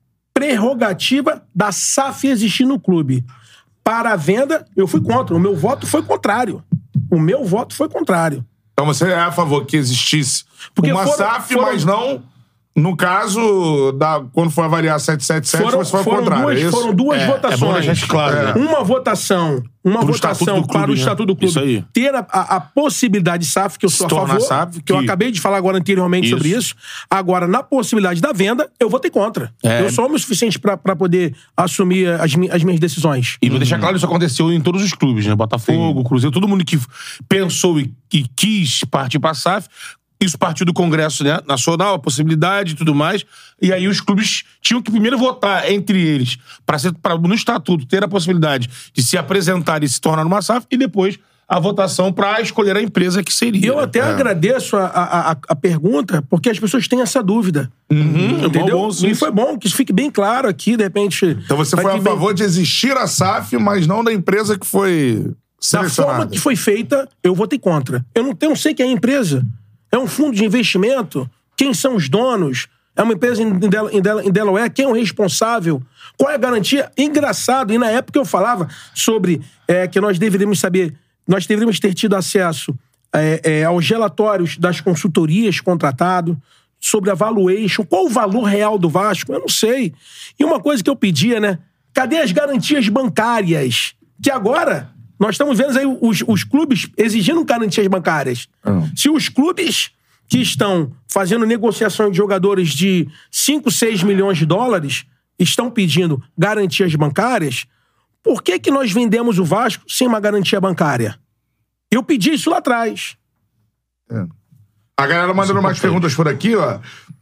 prerrogativa da S A F existir no clube. Para a venda, eu fui contra. O meu voto foi contrário. O meu voto foi contrário.
Então você é a favor que existisse
Porque
uma
foram-
S A F,
foram-
mas não... No caso, da, quando for avaliar setecentos e setenta e sete,
Foram,
você foi ao
foram
contrário,
duas,
é isso?
foram duas
É, é
votações.
bom deixar isso claro, né?
Uma votação, uma
Pro
votação
estatuto do clube,
para o
né?
Estatuto do Clube
Isso aí.
ter a, a- a possibilidade de S A F, que eu
Se
sou a
tornar
favor,
S A F,
que eu
que-
acabei de falar agora anteriormente sobre
Isso.
isso. Agora, na possibilidade da venda, eu votei contra.
É.
Eu sou homem o suficiente para poder assumir as, mi- as minhas decisões.
E vou deixar claro, isso aconteceu em todos os clubes, né? Botafogo, Cruzeiro, todo mundo que pensou e que quis partir pra S A F, isso partiu do Congresso, né, Nacional, a possibilidade e tudo mais. E aí os clubes tinham que primeiro votar entre eles para ser pra, no estatuto ter a possibilidade de se apresentar e se tornar uma S A F e depois a votação para escolher a empresa que seria.
Eu até agradeço a, a, a- a pergunta, porque as pessoas têm essa dúvida.
Uhum,
Entendeu?
bom, sim,
E foi bom que isso fique bem claro aqui, de repente.
Então você foi a favor de existir a S A F, mas não da empresa que foi
Da
selecionada.
forma que foi feita, eu votei contra. Eu não, eu não sei quem é a empresa. É um fundo de investimento? Quem são os donos? É uma empresa em, Del- em, Del- em Delaware? Quem é o responsável? Qual é a garantia? Engraçado, e na época eu falava sobre é, que nós deveríamos saber, nós deveríamos ter tido acesso é, é, aos relatórios das consultorias contratado, sobre a valuation, qual o valor real do Vasco? Eu não sei. E uma coisa que eu pedia, né? Cadê as garantias bancárias? Que agora... Nós estamos vendo aí os, os clubes exigindo garantias bancárias.
Uhum.
Se os clubes que estão fazendo negociações de jogadores de cinco, seis milhões de dólares estão pedindo garantias bancárias, por que que nós vendemos o Vasco sem uma garantia bancária? Eu pedi isso lá atrás.
É. A galera mandando mais perguntas por aqui, ó.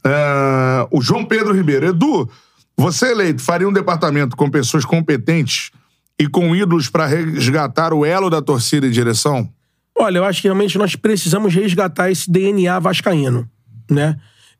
É, o João Pedro Ribeiro. Edu, você eleito faria um departamento com pessoas competentes e com ídolos para resgatar o elo da torcida e direção?
Olha, eu acho que realmente nós precisamos resgatar esse D N A vascaíno, né?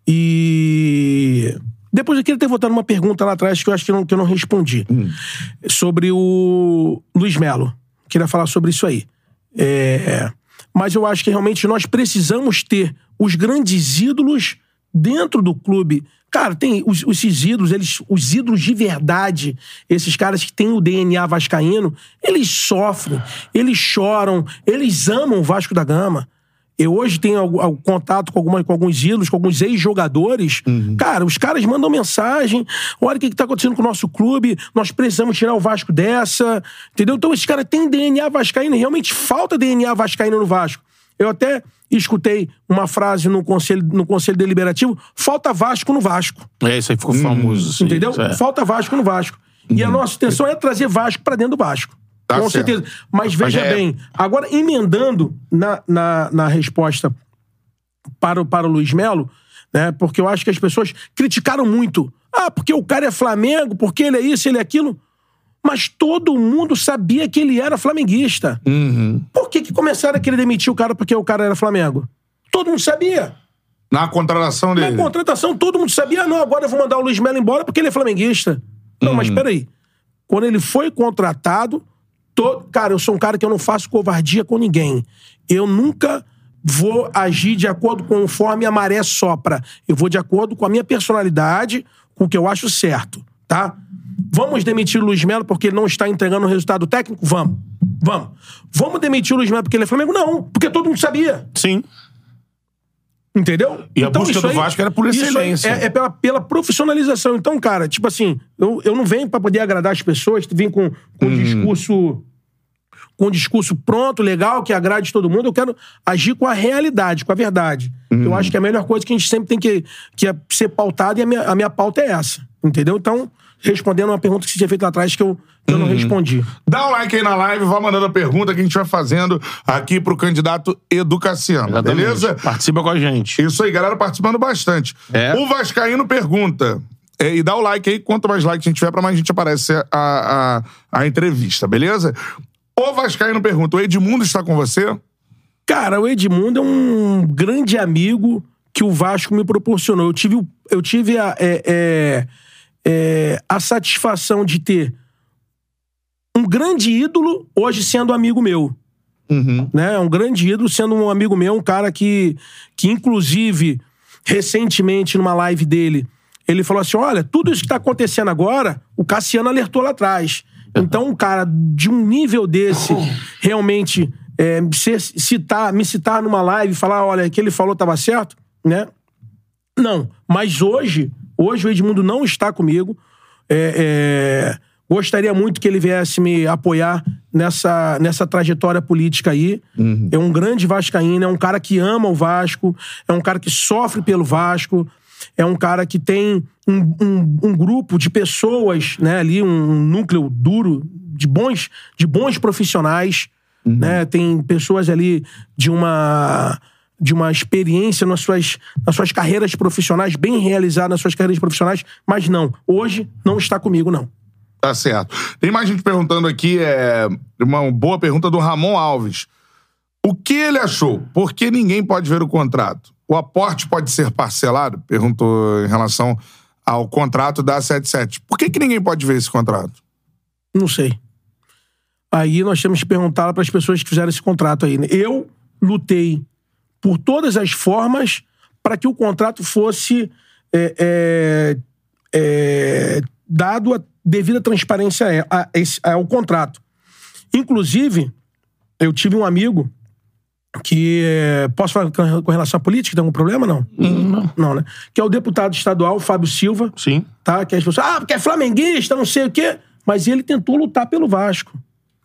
E... Depois eu queria ter votado uma pergunta lá atrás que eu acho que eu não, que eu não respondi.
Hum.
Sobre o Luiz Melo. Queria falar sobre isso aí. É... Mas eu acho que realmente nós precisamos ter os grandes ídolos dentro do clube. Cara, tem os, esses ídolos, eles, os ídolos de verdade, esses caras que têm o D N A vascaíno, eles sofrem, eles choram, eles amam o Vasco da Gama. Eu hoje tenho algum, algum contato com, alguma, com alguns ídolos, com alguns ex-jogadores. Uhum. Cara, os caras mandam mensagem, olha o que está acontecendo com o nosso clube, nós precisamos tirar o Vasco dessa, entendeu? Então esses caras têm D N A vascaíno, realmente falta D N A vascaíno no Vasco. Eu até escutei uma frase no Conselho, no conselho Deliberativo, falta Vasco no Vasco.
É, isso aí ficou famoso. Assim,
Entendeu?
é.
Falta Vasco no Vasco. E a nossa intenção é trazer Vasco pra dentro do Vasco.
Tá
Com
certo.
certeza. Mas veja
Mas é-
bem, agora emendando na, na, na resposta para o, para o Luiz Melo, né? Porque eu acho que as pessoas criticaram muito. Ah, porque o cara é Flamengo, porque ele é isso, ele é aquilo. Mas todo mundo sabia que ele era flamenguista.
Uhum.
Por que que começaram a querer demitir o cara porque o cara era Flamengo? Todo mundo sabia.
Na contratação dele.
Na contratação, todo mundo sabia, ah, não, agora eu vou mandar o Luiz Melo embora porque ele é flamenguista. Não, mas peraí. Quando ele foi contratado, todo... cara, eu sou um cara que eu não faço covardia com ninguém. Eu nunca vou agir de acordo conforme a maré sopra. Eu vou de acordo com a minha personalidade, com o que eu acho certo, tá? Vamos demitir o Luiz Melo porque ele não está entregando o resultado técnico? Vamos. Vamos. Vamos demitir o Luiz Melo porque ele é Flamengo? Não, porque todo mundo sabia.
Sim.
Entendeu?
E a busca
isso
do Vasco era por
isso aí
excelência.
É, é pela, pela profissionalização. Então, cara, tipo assim, eu, eu não venho pra poder agradar as pessoas, vim com, com um discurso com um discurso pronto, legal, que agrade todo mundo. Eu quero agir com a realidade, com a verdade. Eu acho que a melhor coisa que a gente sempre tem que, que é ser pautado, e a minha, a minha pauta é essa. Entendeu? Então, respondendo uma pergunta que você tinha feito lá atrás que eu, que eu não respondi.
Dá um like aí na live, vai mandando a pergunta que a gente vai fazendo aqui pro candidato Edu Cassiano,
Exatamente.
beleza?
Participa com a gente.
Isso aí, galera participando bastante.
É.
O Vascaíno pergunta, é, e dá o like aí, quanto mais like a gente tiver, pra mais gente aparece a, a, a entrevista, beleza? O Vascaíno pergunta, o Edmundo está com você?
Cara, o Edmundo é um grande amigo que o Vasco me proporcionou. Eu tive, o- eu tive a, é, é, é, a satisfação de ter um grande ídolo hoje sendo amigo meu.
Uhum.
Né? Um grande ídolo sendo um amigo meu, um cara que, que inclusive, recentemente, numa live dele, ele falou assim, olha, tudo isso que tá acontecendo agora, o Cassiano alertou lá atrás. Então, um cara de um nível desse, realmente, é, se- citar, me citar numa live e falar, olha, o que ele falou tava certo, né? Não. Mas hoje, hoje o Edmundo não está comigo. É, é, gostaria muito que ele viesse me apoiar nessa, nessa trajetória política aí. É um grande vascaíno, é um cara que ama o Vasco, é um cara que sofre pelo Vasco, é um cara que tem um, um, um grupo de pessoas, né, ali, um núcleo duro de bons, de bons profissionais, né? Tem pessoas ali de uma... de uma experiência nas suas, nas suas carreiras profissionais, bem realizadas nas suas carreiras profissionais, mas não, hoje não está comigo, não.
Tá certo. Tem mais gente perguntando aqui, é uma boa pergunta do Ramon Alves. O que ele achou? Por que ninguém pode ver o contrato? O aporte pode ser parcelado? Perguntou em relação ao contrato da setenta e sete. Por que, que ninguém pode ver esse contrato?
Não sei. Aí nós temos que perguntar para as pessoas que fizeram esse contrato aí. Eu lutei por todas as formas para que o contrato fosse é, é, é, dado a devida transparência a, a esse, ao contrato. Inclusive, eu tive um amigo que... É, posso falar com relação à política? Tem algum problema, não?
Não.
Não, né? Que é o deputado estadual, Fábio Silva.
Sim.
Tá? Que as pessoas... Ah, porque é flamenguista, não sei o quê. Mas ele tentou lutar pelo Vasco.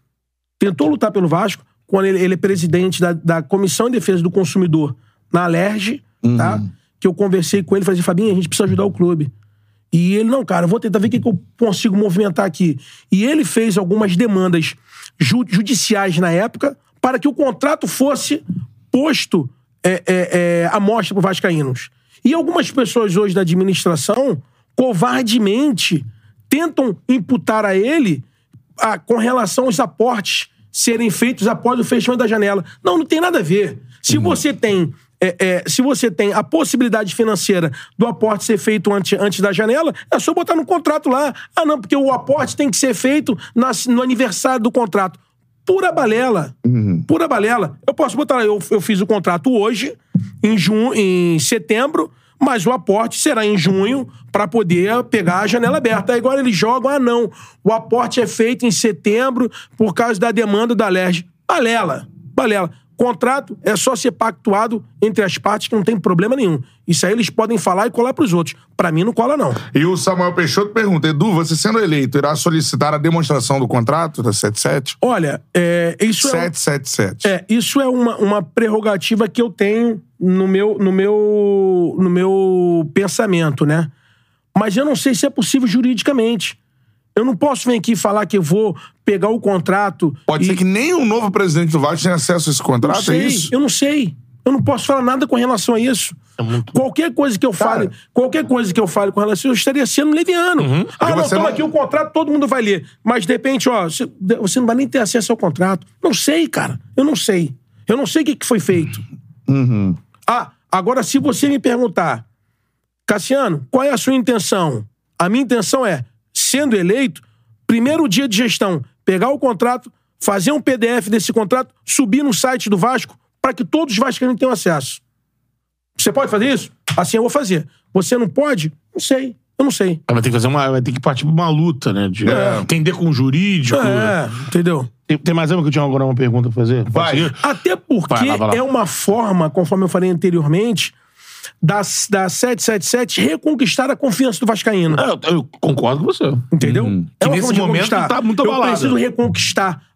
Tentou lutar pelo Vasco quando ele, ele é presidente da, da Comissão de Defesa do Consumidor na Alerj, tá? Que eu conversei com ele e falei assim, Fabinho, a gente precisa ajudar o clube. E ele, não, cara, eu vou tentar ver o que, que eu consigo movimentar aqui. E ele fez algumas demandas ju- judiciais na época para que o contrato fosse posto é, é, é, à mostra para vascaínos. E algumas pessoas hoje da administração, covardemente, tentam imputar a ele a, com relação aos aportes serem feitos após o fechamento da janela. Não, não tem nada a ver. Se uhum. você tem... É, é, se você tem a possibilidade financeira do aporte ser feito antes, antes da janela, é só botar no contrato lá. Ah, não, porque o aporte tem que ser feito na, no aniversário do contrato. Pura balela. Uhum. Pura balela. Eu posso botar lá, eu, eu fiz o contrato hoje, em, junho, em setembro, mas o aporte será em junho para poder pegar a janela aberta. Aí agora eles jogam, ah, não, o aporte é feito em setembro por causa da demanda da Alerj. Balela. Balela. Contrato é só ser pactuado entre as partes que não tem problema nenhum. Isso aí eles podem falar e colar pros outros. Pra mim não cola, não.
E o Samuel Peixoto pergunta, Edu, você sendo eleito, irá solicitar a demonstração do contrato da setenta e sete?
Olha, é, isso é...
setecentos e setenta e sete.
É, isso é uma, uma prerrogativa que eu tenho no meu, no, meu, no meu pensamento, né? Mas eu não sei se é possível juridicamente. Eu não posso vir aqui falar que eu vou pegar o contrato...
Pode
e...
ser que nem o novo presidente do Vasco tenha acesso a esse contrato,
não sei,
é isso?
Eu não sei. Eu não posso falar nada com relação a isso. É muito... Qualquer coisa que eu fale, Cara... qualquer coisa que eu fale com relação a isso, eu estaria sendo leviano. Uhum. Ah, não, toma não... aqui o contrato, todo mundo vai ler. Mas, de repente, ó, você, você não vai nem ter acesso ao contrato. Não sei, cara. Eu não sei. Eu não sei o que, que foi feito.
Uhum.
Ah, agora, se você me perguntar, Cassiano, qual é a sua intenção? A minha intenção é, sendo eleito, primeiro dia de gestão, pegar o contrato, fazer um P D F desse contrato, subir no site do Vasco, para que todos os vascaínos tenham acesso. Você pode fazer isso? Assim eu vou fazer. Você não pode? Não sei. Eu não sei.
Vai ter que fazer uma, vai ter que partir pra uma luta, né? De
é.
entender com o jurídico.
É, entendeu?
Tem, tem mais uma que eu tinha agora uma pergunta pra fazer?
Vai.
Até porque vai lá, vai lá. É uma forma, conforme eu falei anteriormente, da, da sete sete sete reconquistar a confiança do vascaíno.
É, eu, eu concordo com você.
Entendeu?
Hum.
É
que
uma
nesse
forma de
momento tá muito abalado.
Eu preciso reconquistar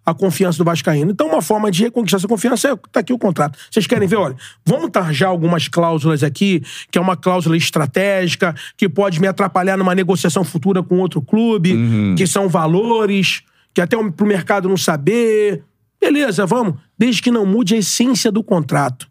a confiança do vascaíno. Então, uma forma de reconquistar essa confiança é tá aqui o contrato. Vocês querem ver? Olha, vamos tarjar algumas cláusulas aqui, que é uma cláusula estratégica, que pode me atrapalhar numa negociação futura com outro clube, uhum. que são valores, que até pro mercado não saber. Beleza, vamos. Desde que não mude a essência do contrato.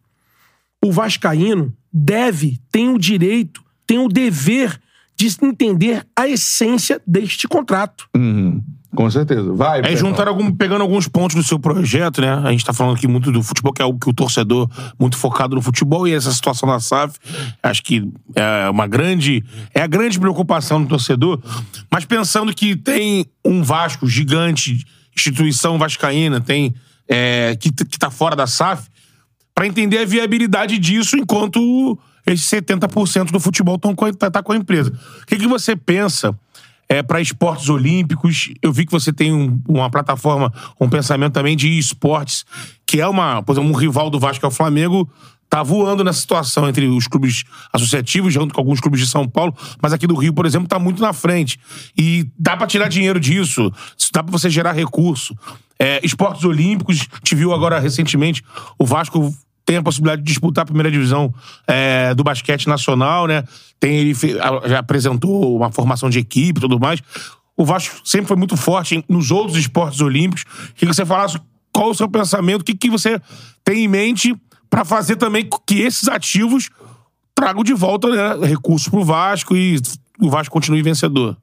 O vascaíno deve, tem o direito, tem o dever de entender a essência deste contrato.
Uhum. Com certeza. Vai,
é juntar algum, pegando alguns pontos do seu projeto, né? A gente tá falando aqui muito do futebol, que é algo que o torcedor muito focado no futebol, e essa situação da S A F, acho que é uma grande, é a grande preocupação do torcedor. Mas pensando que tem um Vasco gigante, instituição vascaína, tem é, que, que tá fora da S A F, para entender a viabilidade disso enquanto esses setenta por cento do futebol estão com, tá, tá com a empresa. O que, que você pensa é, para esportes olímpicos? Eu vi que você tem um, uma plataforma, um pensamento também de esportes, que é uma, por exemplo, um rival do Vasco, que é o Flamengo, tá voando nessa situação entre os clubes associativos, junto com alguns clubes de São Paulo, mas aqui do Rio, por exemplo, tá muito na frente. E dá pra tirar dinheiro disso, dá pra você gerar recurso. É, esportes olímpicos, te viu agora recentemente, o Vasco tem a possibilidade de disputar a primeira divisão é, do basquete nacional, né? Tem, ele fez, já apresentou uma formação de equipe e tudo mais. O Vasco sempre foi muito forte em, nos outros esportes olímpicos. Queria que você falasse qual o seu pensamento, o que, que você tem em mente para fazer também que esses ativos tragam de volta, né, recursos pro Vasco e o Vasco continue vencedor.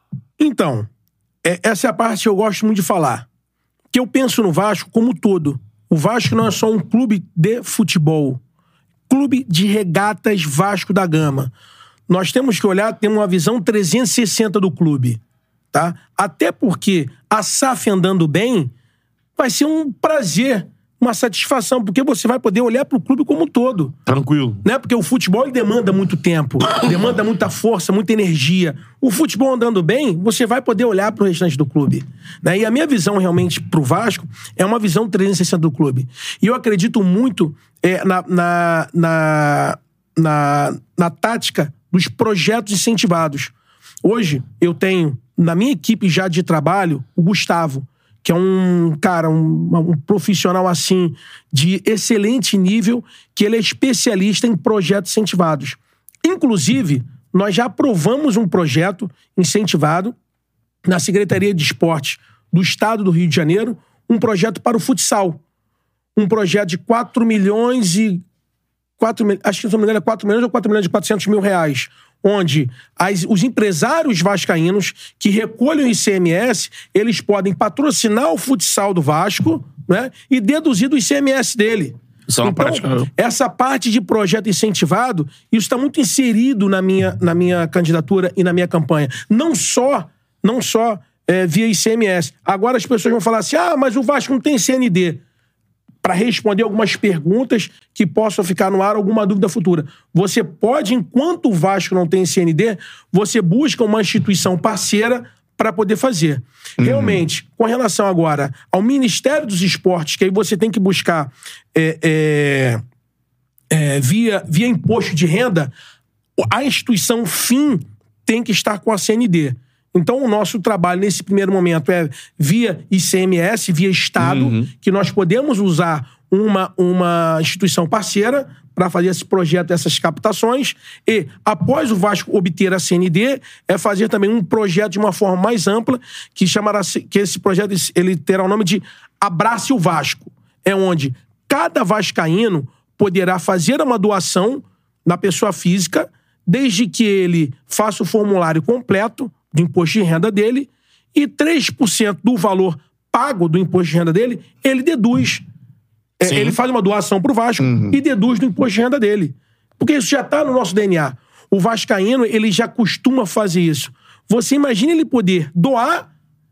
Então, é, essa é a parte que eu gosto muito de falar. Que eu penso no Vasco como todo. O Vasco não é só um clube de futebol. Clube de regatas Vasco da Gama. Nós temos que olhar, temos uma visão trezentos e sessenta do clube. Tá? Até porque a S A F andando bem vai ser um prazer, uma satisfação, porque você vai poder olhar para o clube como um todo.
Tranquilo.
Né? Porque o futebol ele demanda muito tempo, demanda muita força, muita energia. O futebol andando bem, você vai poder olhar para o restante do clube. Né? E a minha visão realmente para o Vasco é uma visão trezentos e sessenta do clube. E eu acredito muito é, na, na, na, na, na tática dos projetos incentivados. Hoje, eu tenho na minha equipe já de trabalho o Gustavo, que é um, cara, um, um profissional, assim, de excelente nível, que ele é especialista em projetos incentivados. Inclusive, nós já aprovamos um projeto incentivado na Secretaria de Esportes do Estado do Rio de Janeiro, um projeto para o futsal. Um projeto de quatro milhões e... quatro, acho que, se não me engano, é quatro milhões ou quatro milhões e quatrocentos mil reais. Onde as, os empresários vascaínos que recolhem o I C M S, eles podem patrocinar o futsal do Vasco, né, e deduzir do I C M S dele.
Isso é uma
então,
prática.
Essa parte de projeto incentivado, isso está muito inserido na minha, na minha candidatura e na minha campanha. Não só, não só é, via I C M S. Agora as pessoas vão falar assim, ah, mas o Vasco não tem C N D. Para responder algumas perguntas que possam ficar no ar, alguma dúvida futura. Você pode, enquanto o Vasco não tem C N D, você busca uma instituição parceira para poder fazer. Uhum. Realmente, com relação agora ao Ministério dos Esportes, que aí você tem que buscar é, é, é, via, via imposto de renda, a instituição fim tem que estar com a C N D. Então, o nosso trabalho, nesse primeiro momento, é via I C M S, via Estado, uhum. que nós podemos usar uma, uma instituição parceira para fazer esse projeto, essas captações. E, após o Vasco obter a C N D, é fazer também um projeto de uma forma mais ampla, que chamará, que esse projeto ele terá o nome de Abrace o Vasco. É onde cada vascaíno poderá fazer uma doação na pessoa física, desde que ele faça o formulário completo do imposto de renda dele, e três por cento do valor pago do imposto de renda dele, ele deduz. É, ele faz uma doação pro Vasco uhum. e deduz do imposto de renda dele. Porque isso já tá no nosso D N A. O vascaíno, ele já costuma fazer isso. Você imagina ele poder doar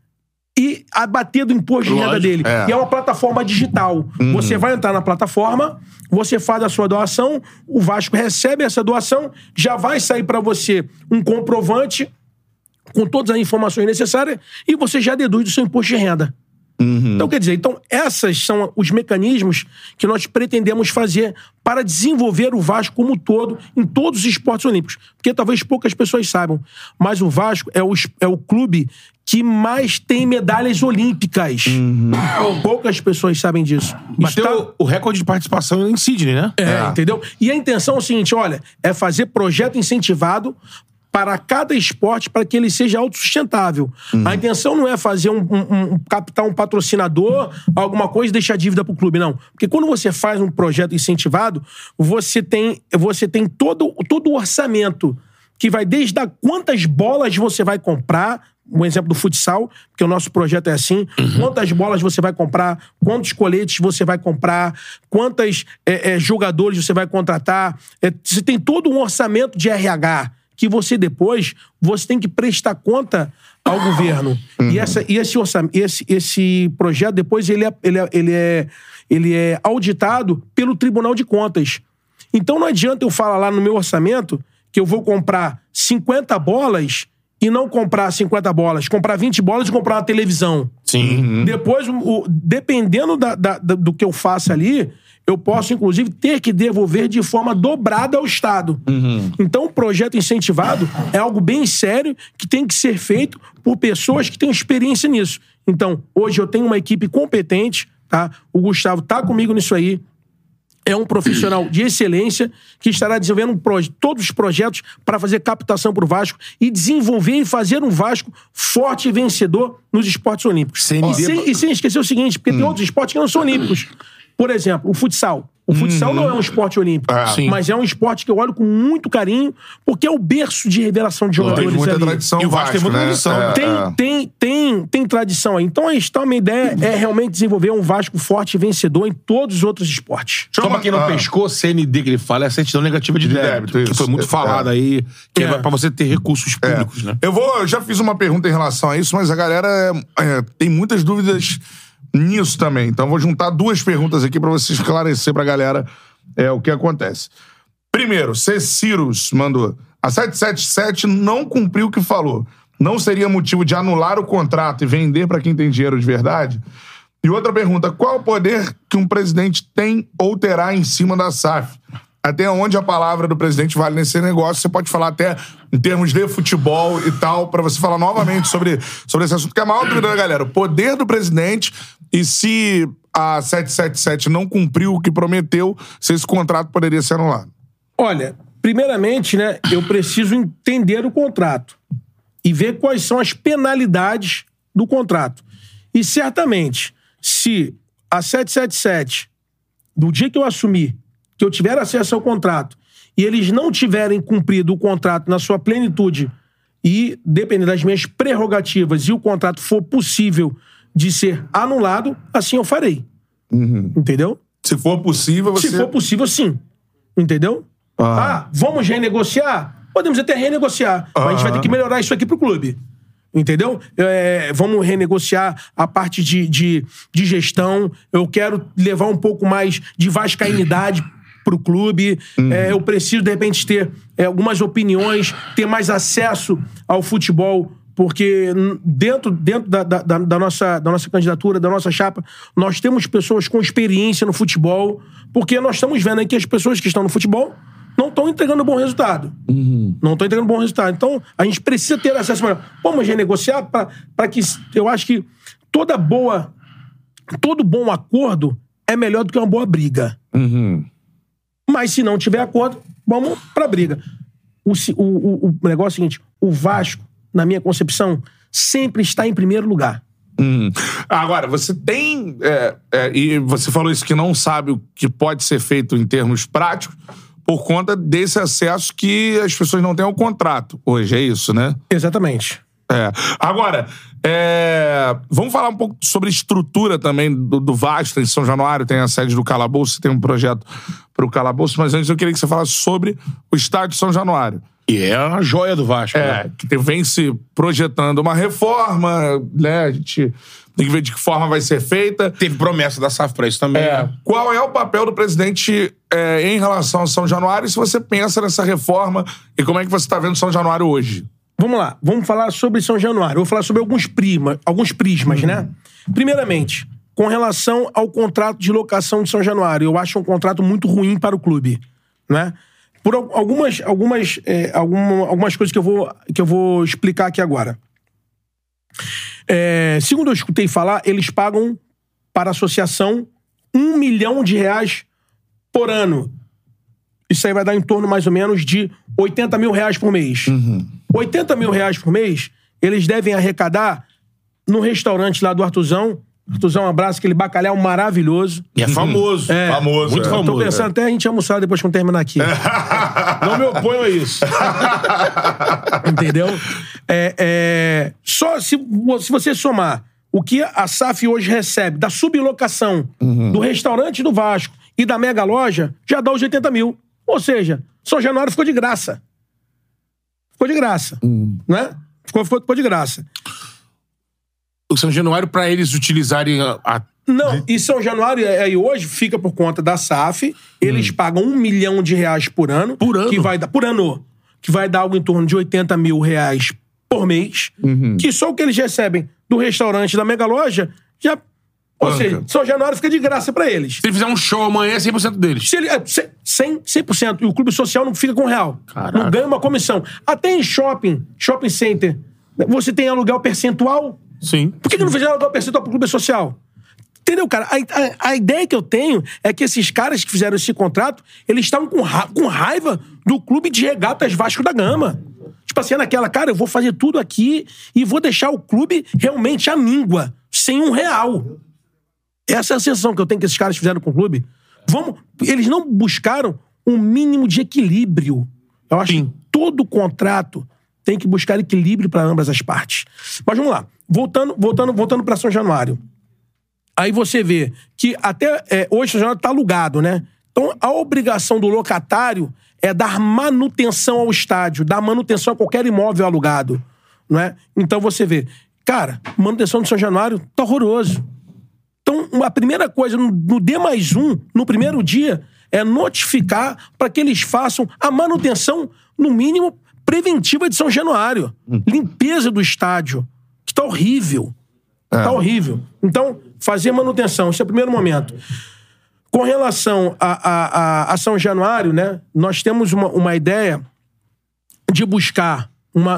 e abater do imposto de renda dele. É. E é uma plataforma digital. Uhum. Você vai entrar na plataforma, você faz a sua doação, o Vasco recebe essa doação, já vai sair para você um comprovante com todas as informações necessárias e você já deduz do seu imposto de renda. Uhum. Então, quer dizer, então, essas são os mecanismos que nós pretendemos fazer para desenvolver o Vasco como um todo em todos os esportes olímpicos. Porque talvez poucas pessoas saibam, mas o Vasco é o, é o clube que mais tem medalhas olímpicas. Uhum. Poucas pessoas sabem disso.
Bateu Está... o recorde de participação em Sydney, né?
É, é, entendeu? E a intenção é o seguinte, olha, é fazer projeto incentivado para cada esporte, para que ele seja autossustentável. Uhum. A intenção não é fazer um, um, um captar um patrocinador, alguma coisa e deixar dívida pro clube, não. Porque quando você faz um projeto incentivado, você tem, você tem todo, todo o orçamento, que vai desde a quantas bolas você vai comprar, um exemplo do futsal, porque o nosso projeto é assim, uhum. quantas bolas você vai comprar, quantos coletes você vai comprar, quantos é, é, jogadores você vai contratar. É, você tem todo um orçamento de R H, que você depois, você tem que prestar conta ao governo. Uhum. E, essa, e esse, orçamento, esse, esse projeto, depois, ele é, ele, é, ele, é, ele é auditado pelo Tribunal de Contas. Então não adianta eu falar lá no meu orçamento que eu vou comprar cinquenta bolas e não comprar cinquenta bolas, comprar vinte bolas e comprar uma televisão.
Sim. Uhum.
Depois, o, dependendo da, da, da, do que eu faço ali, eu posso, inclusive, ter que devolver de forma dobrada ao Estado. Uhum. Então, o projeto incentivado é algo bem sério que tem que ser feito por pessoas que têm experiência nisso. Então, hoje eu tenho uma equipe competente, tá? O Gustavo tá comigo nisso aí. É um profissional de excelência que estará desenvolvendo um proje- todos os projetos para fazer captação para o Vasco e desenvolver e fazer um Vasco forte e vencedor nos esportes olímpicos.
C N D...
E, sem, e sem esquecer o seguinte, porque hum. tem outros esportes que não são olímpicos. Por exemplo, o futsal. O futsal uhum. não é um esporte olímpico,
é.
mas é um esporte que eu olho com muito carinho, porque é o berço de revelação de jogadores
tem muita
ali.
tradição.
E o Vasco tem muita
né?
tradição.
É,
tem,
é.
tem, tem, tem tradição aí. Então, a gente tá uma ideia é realmente desenvolver um Vasco forte e vencedor em todos os outros esportes.
Só pra quem não ah. pescou, C N D que ele fala é a certidão negativa de, de débito, débito que foi muito é, falado é. aí, que é, é pra você ter recursos públicos, é. né?
Eu vou, eu já fiz uma pergunta em relação a isso, mas a galera é, tem muitas dúvidas nisso também. Então, vou juntar duas perguntas aqui pra você esclarecer pra galera é, o que acontece. Primeiro, Cecirus mandou: a sete sete sete não cumpriu o que falou. Não seria motivo de anular o contrato e vender pra quem tem dinheiro de verdade? E outra pergunta: qual é o poder que um presidente tem ou terá em cima da S A F? Até onde a palavra do presidente vale nesse negócio? Você pode falar até em termos de futebol e tal, pra você falar novamente sobre, sobre esse assunto, que é a maior dúvida da galera. O poder do presidente e se a sete sete sete não cumpriu o que prometeu, se esse contrato poderia ser anulado.
Olha, primeiramente, né, eu preciso entender o contrato e ver quais são as penalidades do contrato. E certamente, se a sete sete sete, do dia que eu assumir, que eu tiver acesso ao contrato, e eles não tiverem cumprido o contrato na sua plenitude e, dependendo das minhas prerrogativas, e o contrato for possível de ser anulado, assim eu farei. Uhum. Entendeu?
Se for possível, você...
Se for possível, sim. Entendeu? Ah, ah vamos renegociar? Podemos até renegociar, ah. mas a gente vai ter que melhorar isso aqui pro clube. Entendeu? É, vamos renegociar a parte de, de, de gestão. Eu quero levar um pouco mais de vascainidade pro clube. Uhum. É, eu preciso, de repente, ter é, algumas opiniões, ter mais acesso ao futebol, porque dentro, dentro da, da, da, nossa, da nossa candidatura, da nossa chapa, nós temos pessoas com experiência no futebol, porque nós estamos vendo aí que as pessoas que estão no futebol não estão entregando bom resultado. Uhum. Não estão entregando bom resultado. Então, a gente precisa ter acesso melhor. Vamos renegociar para que... Eu acho que toda boa... Todo bom acordo é melhor do que uma boa briga.
Uhum.
Mas se não tiver acordo, vamos pra briga. O, o, o negócio é o seguinte: o Vasco, na minha concepção, sempre está em primeiro lugar.
Hum. Agora, você tem... É, é, e você falou isso, que não sabe o que pode ser feito em termos práticos por conta desse acesso que as pessoas não têm ao contrato hoje, é isso, né?
Exatamente.
É. Agora, é... vamos falar um pouco sobre estrutura também do, do Vasco. Em São Januário tem a sede do Calabouço, tem um projeto para o Calabouço, mas antes eu queria que você falasse sobre o estádio de São Januário.
E é a joia do Vasco.
É,
né?
que vem se projetando uma reforma, né? A gente tem que ver de que forma vai ser feita.
Teve promessa da S A F para isso também.
É. Qual é o papel do presidente é, em relação a São Januário, e se você pensa nessa reforma, e como é que você está vendo São Januário hoje?
Vamos lá, vamos falar sobre São Januário. Eu vou falar sobre alguns, prima, alguns prismas, uhum. né? Primeiramente, com relação ao contrato de locação de São Januário, eu acho um contrato muito ruim para o clube, né? Por algumas, algumas, é, alguma, algumas coisas que eu, vou, que eu vou explicar aqui agora. É, segundo eu escutei falar, eles pagam para a associação um milhão de reais por ano. Isso aí vai dar em torno mais ou menos de oitenta mil reais por mês.
Uhum.
oitenta mil reais por mês, eles devem arrecadar no restaurante lá do Artuzão. Artuzão, um abraço, aquele bacalhau maravilhoso.
E é famoso.
É,
Famoso,
Muito
é.
famoso.
Tô pensando até a gente almoçar depois quando terminar aqui.
Não me oponho a isso.
Entendeu? É, é, só se, se você somar o que a S A F hoje recebe da sublocação
Uhum.
do restaurante do Vasco e da mega loja, já dá os oitenta mil. Ou seja, São Januário ficou de graça. Ficou de graça.
Uhum.
Né? Ficou, ficou, ficou de graça.
O São Januário, pra eles utilizarem a... a...
Não, e São Januário aí hoje fica por conta da S A F. Eles hum. pagam um milhão de reais por ano.
Por ano?
Que vai dar, por ano. Que vai dar algo em torno de oitenta mil reais por mês.
Uhum.
Que só o que eles recebem do restaurante da mega loja já... Ou
Banca.
seja, São Januário fica de graça pra eles.
Se ele fizer um show amanhã, é cem por cento deles.
Se ele, é, cem, cem por cento. E o clube social não fica com um real.
Caraca.
Não ganha uma comissão. Até em shopping, shopping center, você tem aluguel percentual.
Sim.
Por que, que não fizeram aluguel percentual pro clube social? Entendeu, cara? A, a, a ideia que eu tenho é que esses caras que fizeram esse contrato, eles estavam com, ra com raiva do clube de regatas Vasco da Gama. Tipo assim, naquela, cara, eu vou fazer tudo aqui e vou deixar o clube realmente à míngua, sem um real. Essa é a sensação que eu tenho que esses caras fizeram com o clube. Vamos, eles não buscaram um mínimo de equilíbrio. Eu acho
Sim.
que todo contrato tem que buscar equilíbrio para ambas as partes. Mas vamos lá. Voltando, voltando, voltando para São Januário. Aí você vê que até é, hoje São Januário está alugado, né? Então a obrigação do locatário é dar manutenção ao estádio, dar manutenção a qualquer imóvel alugado, não é? Então você vê, cara, manutenção de São Januário tá horroroso. Então a primeira coisa, no, no D mais um, no primeiro dia, é notificar para que eles façam a manutenção, no mínimo, preventiva de São Januário. Hum. Limpeza do estádio, que tá horrível. É. Tá horrível. Então, fazer manutenção, esse é o primeiro momento. Com relação a, a, a, a São Januário, né, nós temos uma, uma ideia de buscar uma,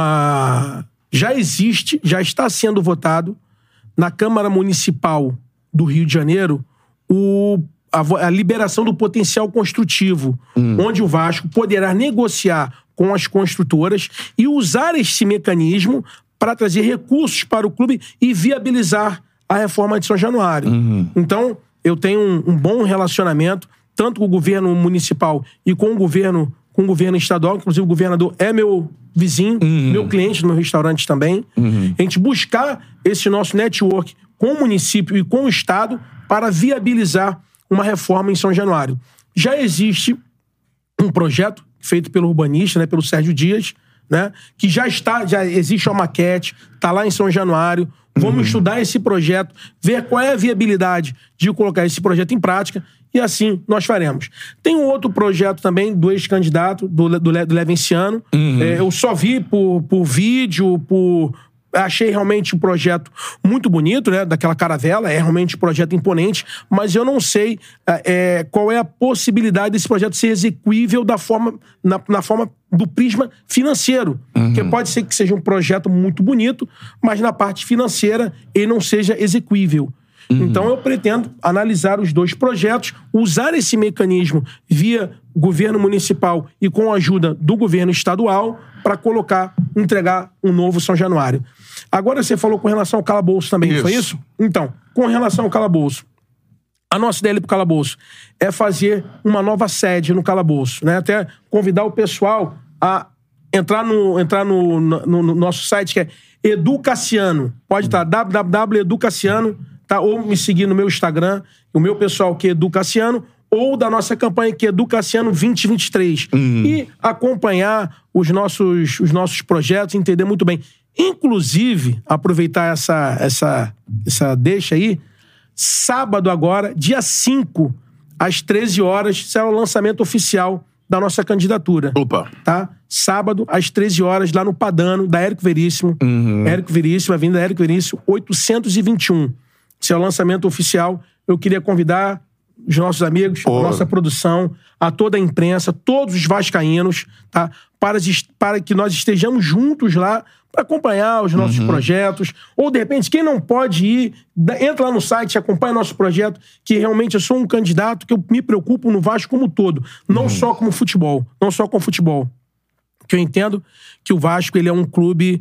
uma... Já existe, já está sendo votado na Câmara Municipal do Rio de Janeiro o, a, a liberação do potencial construtivo, hum. onde o Vasco poderá negociar com as construtoras e usar esse mecanismo para trazer recursos para o clube e viabilizar a reforma de São Januário. Uhum. Então, eu tenho um, um bom relacionamento, tanto com o governo municipal e com o governo, com o governo estadual, inclusive o governador é meu vizinho, uhum. meu cliente no meu restaurante também. Uhum. A gente buscar esse nosso network com o município e com o estado para viabilizar uma reforma em São Januário. Já existe um projeto feito pelo urbanista, né, pelo Sérgio Dias, né, que já está, já existe uma maquete, está lá em São Januário. Vamos uhum. estudar esse projeto, ver qual é a viabilidade de colocar esse projeto em prática e assim nós faremos. Tem um outro projeto também do ex-candidato, do, do, do Levenciano. Uhum. É, eu só vi por, por vídeo, por... Achei realmente um projeto muito bonito, né? Daquela caravela, é realmente um projeto imponente, mas eu não sei é, qual é a possibilidade desse projeto ser execuível da forma, na, na forma do prisma financeiro. Uhum. Porque pode ser que seja um projeto muito bonito, mas na parte financeira ele não seja execuível. Uhum. Então eu pretendo analisar os dois projetos, usar esse mecanismo via governo municipal e com a ajuda do governo estadual para colocar, entregar um novo São Januário. Agora você falou com relação ao calabouço também, isso. Foi isso? Então, com relação ao calabouço, a nossa ideia para o calabouço é fazer uma nova sede no calabouço, né? Até convidar o pessoal a entrar no, entrar no, no, no nosso site, que é Educaciano. Pode estar w w w ponto educaciano, tá? Ou me seguir no meu Instagram, o meu pessoal que é Educaciano, ou da nossa campanha que é Educaciano vinte e vinte e três. Uhum. E acompanhar os nossos, os nossos projetos, entender muito bem. Inclusive, aproveitar essa, essa, essa deixa aí, sábado agora, dia cinco, às treze horas, será o lançamento oficial da nossa candidatura.
Opa.
Tá? Sábado, às treze horas, lá no Padano, da Érico Veríssimo.
Uhum.
Érico Veríssimo, Avenida Érico Veríssimo, oitocentos e vinte e um. Esse é o lançamento oficial. Eu queria convidar os nossos amigos,
Pô.
a nossa produção, a toda a imprensa, todos os vascaínos, tá? Para, para que nós estejamos juntos lá para acompanhar os nossos uhum. projetos. Ou, de repente, quem não pode ir, entra lá no site, acompanha nosso projeto, que realmente eu sou um candidato que eu me preocupo no Vasco como todo. Não uhum. só como futebol. Não só com futebol. Que eu entendo que o Vasco ele é um clube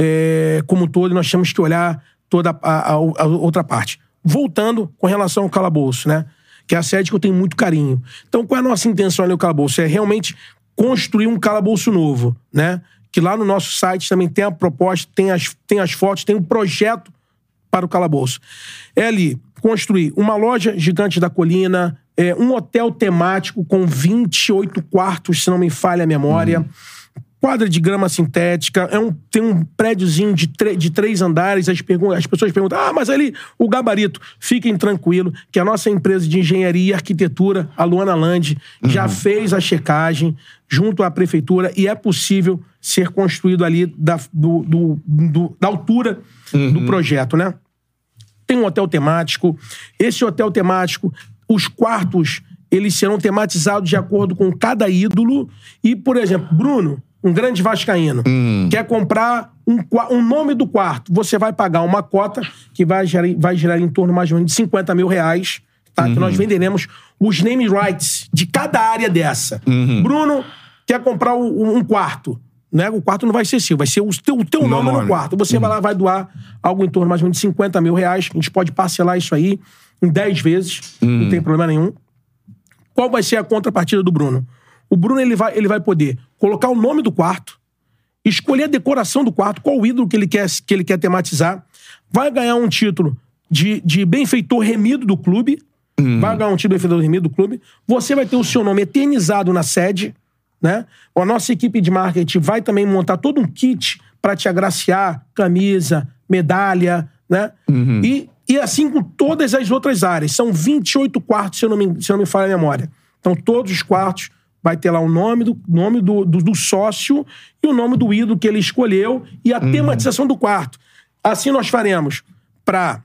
é, como um todo e nós temos que olhar toda a, a, a outra parte. Voltando com relação ao calabouço, né? Que é a sede que eu tenho muito carinho. Então, qual é a nossa intenção ali no calabouço? É realmente construir um calabouço novo, né? Que lá no nosso site também tem a proposta, tem as, tem as fotos, tem um projeto para o calabouço. É ali, construir uma loja gigante da colina, é, um hotel temático com vinte e oito quartos, se não me falha a memória, uhum. quadra de grama sintética, é um, tem um prédiozinho de, de três andares, as, as pessoas perguntam, ah, mas ali o gabarito. Fiquem tranquilos, que a nossa empresa de engenharia e arquitetura, a Luana Land, uhum. já fez a checagem junto à prefeitura e é possível ser construído ali da, do, do, do, da altura uhum. do projeto, né? Tem um hotel temático. Esse hotel temático, os quartos, eles serão tematizados de acordo com cada ídolo. E, por exemplo, Bruno, um grande vascaíno, hum. quer comprar um, um nome do quarto, você vai pagar uma cota que vai gerar, vai gerar em torno mais ou menos de cinquenta mil reais, tá? Uhum. Que nós venderemos os name rights de cada área dessa. Uhum. Bruno quer comprar um, um quarto, né? O quarto não vai ser seu, vai ser o teu, o teu nome, nome no quarto. Você uhum. vai lá, vai doar algo em torno mais ou menos de cinquenta mil reais. A gente pode parcelar isso aí em dez vezes, uhum. não tem problema nenhum. Qual vai ser a contrapartida do Bruno? O Bruno ele vai, ele vai poder colocar o nome do quarto, escolher a decoração do quarto, qual o ídolo que ele quer, que ele quer tematizar, vai ganhar um título de, de benfeitor remido do clube, hum. vai ganhar um título de benfeitor remido do clube, você vai ter o seu nome eternizado na sede, né? A nossa equipe de marketing vai também montar todo um kit para te agraciar, camisa, medalha, né? Uhum. E, e assim com todas as outras áreas. São vinte e oito quartos, se eu não me, se eu não me falha a memória. Então, todos os quartos vai ter lá o nome do, nome do, do, do sócio e o nome do ídolo que ele escolheu e a uhum. tematização do quarto. Assim nós faremos para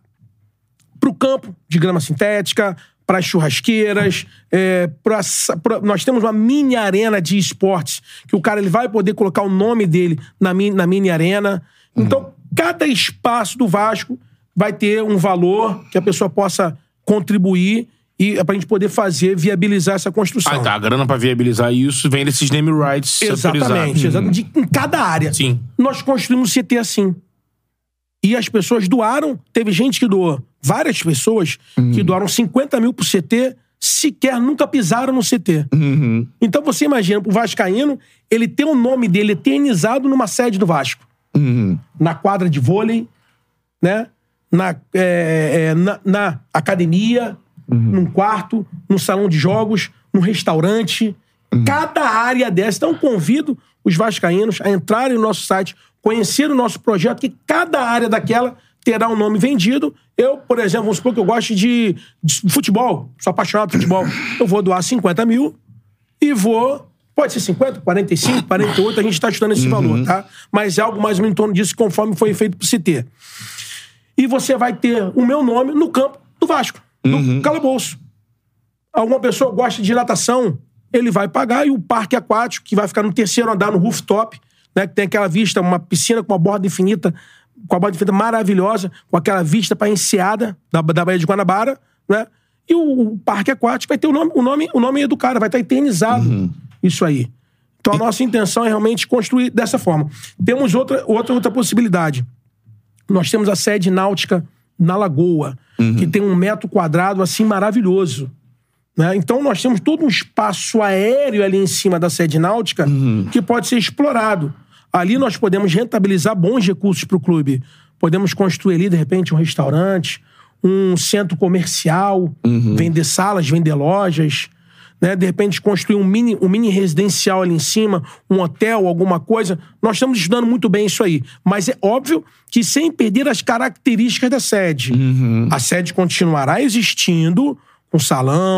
o campo de grama sintética, para as churrasqueiras, é, pra, pra, nós temos uma mini arena de esportes, que o cara ele vai poder colocar o nome dele na mini, na mini arena. Uhum. Então, cada espaço do Vasco vai ter um valor que a pessoa possa contribuir e é pra gente poder fazer, viabilizar essa construção.
Ah, tá. A grana pra viabilizar isso vem desses name rights
Exatamente. exatamente. De, em cada área.
Sim.
Nós construímos um C T assim. E as pessoas doaram. Teve gente que doou. Várias pessoas uhum. que doaram cinquenta mil pro C T, sequer nunca pisaram no C T. Uhum. Então você imagina, o vascaíno, ele tem o nome dele eternizado numa sede do Vasco. Uhum. Na quadra de vôlei, né? Na, é, é, na, na academia, uhum. num quarto, num salão de jogos, num restaurante. Uhum. Cada área dessa. Então, convido os vascaínos a entrarem no nosso site, conhecer o nosso projeto, que cada área daquela terá um nome vendido. Eu, por exemplo, vamos supor que eu gosto de, de futebol, sou apaixonado por futebol. Eu vou doar cinquenta mil e vou... Pode ser cinquenta, quarenta e cinco, quarenta e oito, a gente está estudando esse uhum. valor, tá? Mas é algo mais ou menos em torno disso, conforme foi feito pro C T. E você vai ter o meu nome no campo do Vasco, no uhum. calabouço. Alguma pessoa gosta de natação, ele vai pagar, e o parque aquático, que vai ficar no terceiro andar, no rooftop, né, que tem aquela vista, uma piscina com uma borda infinita, com a borda infinita maravilhosa, com aquela vista para a enseada da, da Baía de Guanabara, né? E o, o parque aquático vai ter o nome, o nome, o nome do cara, vai estar eternizado uhum. isso aí. Então a nossa intenção é realmente construir dessa forma. Temos outra, outra, outra possibilidade. Nós temos a sede náutica na Lagoa, uhum. que tem um metro quadrado assim maravilhoso. Né? Então nós temos todo um espaço aéreo ali em cima da sede náutica uhum. que pode ser explorado. Ali nós podemos rentabilizar bons recursos para o clube. Podemos construir ali, de repente, um restaurante, um centro comercial, uhum. vender salas, vender lojas, né? De repente construir um mini, um mini residencial ali em cima, um hotel, alguma coisa. Nós estamos estudando muito bem isso aí. Mas é óbvio que sem perder as características da sede. Uhum. A sede continuará existindo, com salão,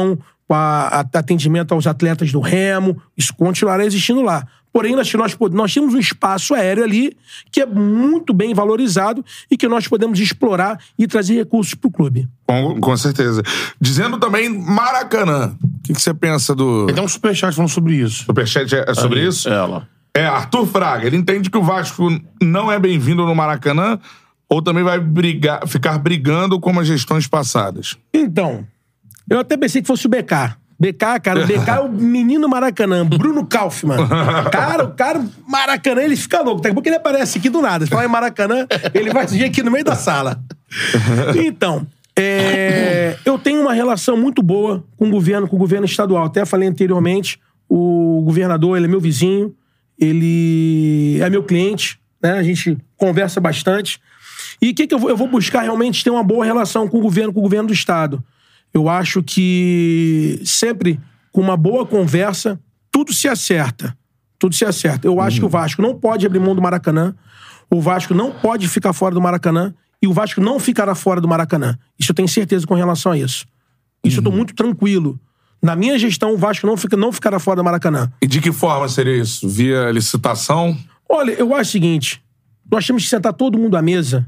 com a, a, atendimento aos atletas do Remo, isso continuará existindo lá. Porém, nós, nós, nós temos um espaço aéreo ali que é muito bem valorizado e que nós podemos explorar e trazer recursos para o clube.
Com, com certeza. Dizendo também Maracanã. O que, que você pensa do...
Tem um superchat falando sobre isso.
Superchat é sobre
Ali,
isso?
Ela.
É, Arthur Fraga. Ele entende que o Vasco não é bem-vindo no Maracanã ou também vai brigar, ficar brigando como as gestões passadas?
Então, eu até pensei que fosse o B K. B K, cara, o B K é o menino Maracanã, Bruno Kaufmann. Cara, o cara, Maracanã, ele fica louco. Daqui a pouco ele aparece aqui do nada. Você fala em Maracanã, ele vai surgir aqui no meio da sala. Então, é, eu tenho uma relação muito boa com o governo, com o governo estadual. Até falei anteriormente, o governador, ele é meu vizinho, ele é meu cliente, né? A gente conversa bastante. E o que, que eu, vou, eu vou buscar realmente ter uma boa relação com o governo, com o governo do estado. Eu acho que sempre com uma boa conversa, tudo se acerta. Tudo se acerta. Eu acho uhum. que o Vasco não pode abrir mão do Maracanã. O Vasco não pode ficar fora do Maracanã. E o Vasco não ficará fora do Maracanã. Isso eu tenho certeza com relação a isso. Isso uhum. eu tô muito tranquilo. Na minha gestão, o Vasco não, fica, não ficará fora do Maracanã.
E de que forma seria isso? Via licitação?
Olha, eu acho o seguinte. Nós temos que sentar todo mundo à mesa.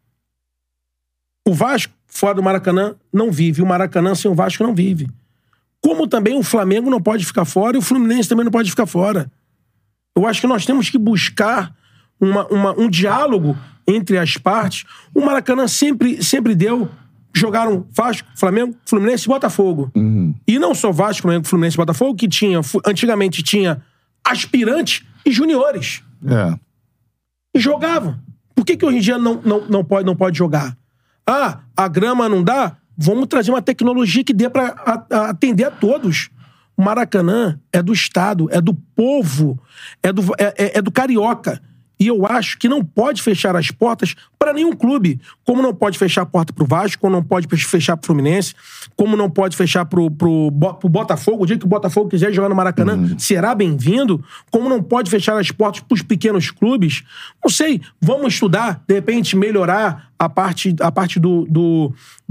O Vasco, fora do Maracanã, não vive. O Maracanã sem o Vasco não vive. Como também o Flamengo não pode ficar fora e o Fluminense também não pode ficar fora. Eu acho que nós temos que buscar uma, uma, um diálogo entre as partes. O Maracanã sempre, sempre deu... Jogaram Vasco, Flamengo, Fluminense e Botafogo. Uhum. E não só Vasco, Flamengo, Fluminense e Botafogo, que tinha... Antigamente tinha aspirantes e juniores.
É.
E jogavam. Por que que hoje em dia não, não, não, pode, não pode jogar? Ah, a grama não dá? Vamos trazer uma tecnologia que dê para atender a todos. O Maracanã é do Estado, é do povo, é do, é, é, é do carioca. E eu acho que não pode fechar as portas para nenhum clube. Como não pode fechar a porta pro Vasco, como não pode fechar pro Fluminense, como não pode fechar pro, pro, pro Botafogo. O dia que o Botafogo quiser jogar no Maracanã, uhum. será bem-vindo. Como não pode fechar as portas pros pequenos clubes. Não sei, vamos estudar, de repente melhorar a parte, a parte do... do,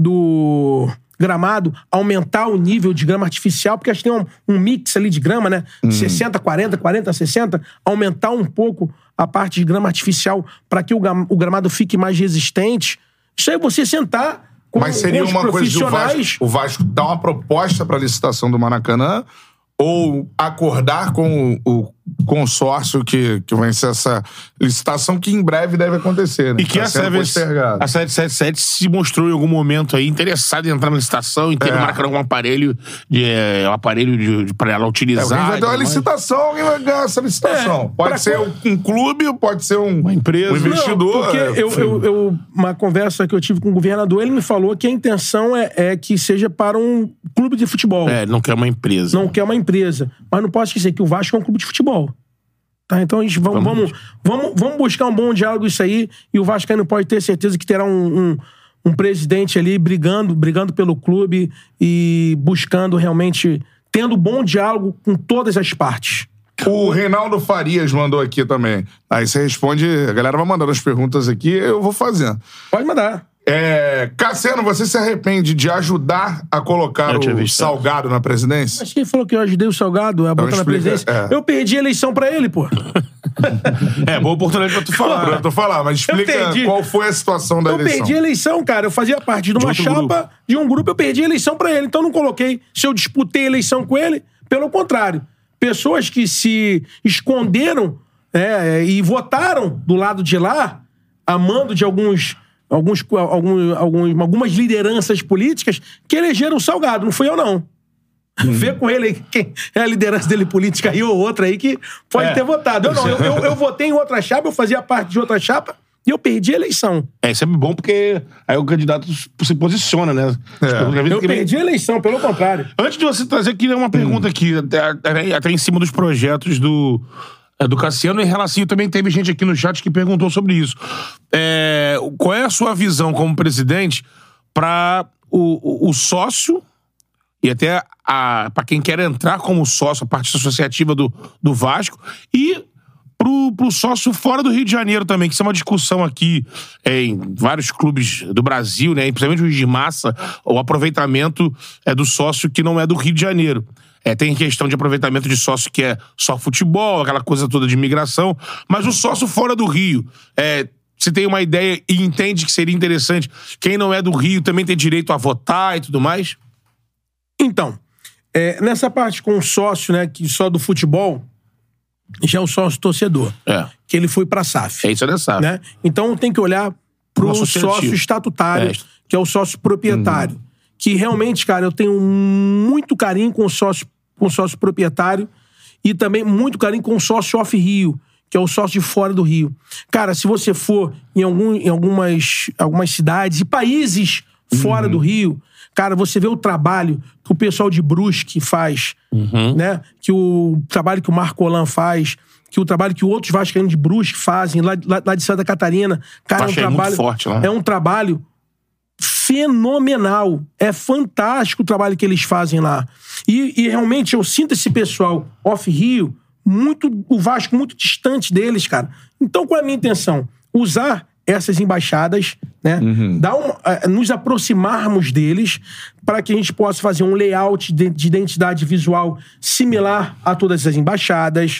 do... gramado, aumentar o nível de grama artificial, porque acho que tem um, um mix ali de grama, né? Uhum. sessenta, quarenta, quarenta, sessenta, aumentar um pouco a parte de grama artificial para que o, o gramado fique mais resistente. Isso aí você sentar com,
Mas seria
com os
uma coisa de o
profissionais...
Vasco, o Vasco dar uma proposta para a licitação do Maracanã ou acordar com o, o consórcio que, que vai ser essa licitação que em breve deve acontecer, né?
E que
tá
a, sete sete sete se mostrou em algum momento aí interessada em entrar na licitação e ter é. marcado algum aparelho de, é, um aparelho de, de, para ela utilizar.
É, alguém vai dar uma licitação, alguém vai ganhar essa licitação. É, pode ser um, um clube, pode ser um,
uma empresa,
um investidor.
Não, porque
é,
eu, eu, eu, uma conversa que eu tive com o governador, ele me falou que a intenção é, é que seja para um clube de futebol.
É, não quer uma empresa.
Não quer uma empresa. Mas não posso esquecer que o Vasco é um clube de futebol. Tá, então a gente vamos, vamos, vamos, vamos buscar um bom diálogo isso aí, e o Vascaíno pode ter certeza que terá um, um, um presidente ali brigando, brigando pelo clube e buscando realmente, tendo bom diálogo com todas as partes.
O Reinaldo Farias mandou aqui também. Aí você responde, a galera vai mandando as perguntas aqui, eu vou fazendo.
Pode mandar.
É, Cassiano, você se arrepende de ajudar a colocar o visto. Salgado na presidência?
Mas quem falou que eu ajudei o Salgado a então botar explica, na presidência? É. Eu perdi a eleição pra ele, pô.
É, boa oportunidade pra tu falar.
Pra tu falar, mas explica qual foi a situação da
eu
eleição.
Eu perdi a eleição, cara. Eu fazia parte de uma de chapa, grupo. de um grupo, eu perdi a eleição pra ele. Então não coloquei. Se eu disputei a eleição com ele, pelo contrário. Pessoas que se esconderam é, e votaram do lado de lá, amando de alguns... Alguns, alguns, alguns, algumas lideranças políticas que elegeram o Salgado. Não fui eu, não. Hum. Vê com ele aí quem é a liderança dele política aí ou outra aí que pode é. ter votado. Eu não. Eu, eu, eu votei em outra chapa, eu fazia parte de outra chapa e eu perdi a eleição.
É, isso é bom porque aí o candidato se posiciona, né?
É. Eu perdi a eleição, pelo contrário.
Antes de você trazer aqui uma pergunta hum. aqui, até, até em cima dos projetos do... do Cassiano, em relação, também teve gente aqui no chat que perguntou sobre isso. É, qual é a sua visão como presidente para o, o, o sócio e até para quem quer entrar como sócio, a parte associativa do, do Vasco, e pro, pro sócio fora do Rio de Janeiro também, que isso é uma discussão aqui é, em vários clubes do Brasil, né? Principalmente os de massa, o aproveitamento é do sócio que não é do Rio de Janeiro. É, tem questão de aproveitamento de sócio que é só futebol, aquela coisa toda de imigração, mas o sócio fora do Rio, é, você tem uma ideia e entende que seria interessante, quem não é do Rio também tem direito a votar e tudo mais?
Então, é, nessa parte com o sócio, né, que só do futebol, já é o sócio torcedor.
É.
Que ele foi pra S A F.
É isso, é da S A F.
Né? Então tem que olhar pro
Nosso
sócio
objetivo.
estatutário,
É.
que é o sócio proprietário. Uhum. Que realmente, cara, eu tenho muito carinho com o sócio, com o sócio proprietário e também muito carinho com o sócio off-Rio, que é o sócio de fora do Rio. Cara, se você for em, algum, em algumas, algumas cidades e países fora uhum. do Rio, cara, você vê o trabalho que o pessoal de Brusque faz, uhum. né? Que o trabalho que o Marco Olan faz, que o trabalho que outros vascaínos de Brusque fazem, lá, lá, lá de Santa Catarina. Cara, é um trabalho,
muito forte lá.
É um trabalho fenomenal. É fantástico o trabalho que eles fazem lá. E, e realmente eu sinto esse pessoal off-Rio, muito, o Vasco muito distante deles, cara. Então qual é a minha intenção? Usar essas embaixadas, né? Uhum. Dar um, uh, nos aproximarmos deles para que a gente possa fazer um layout de, de identidade visual similar a todas as embaixadas.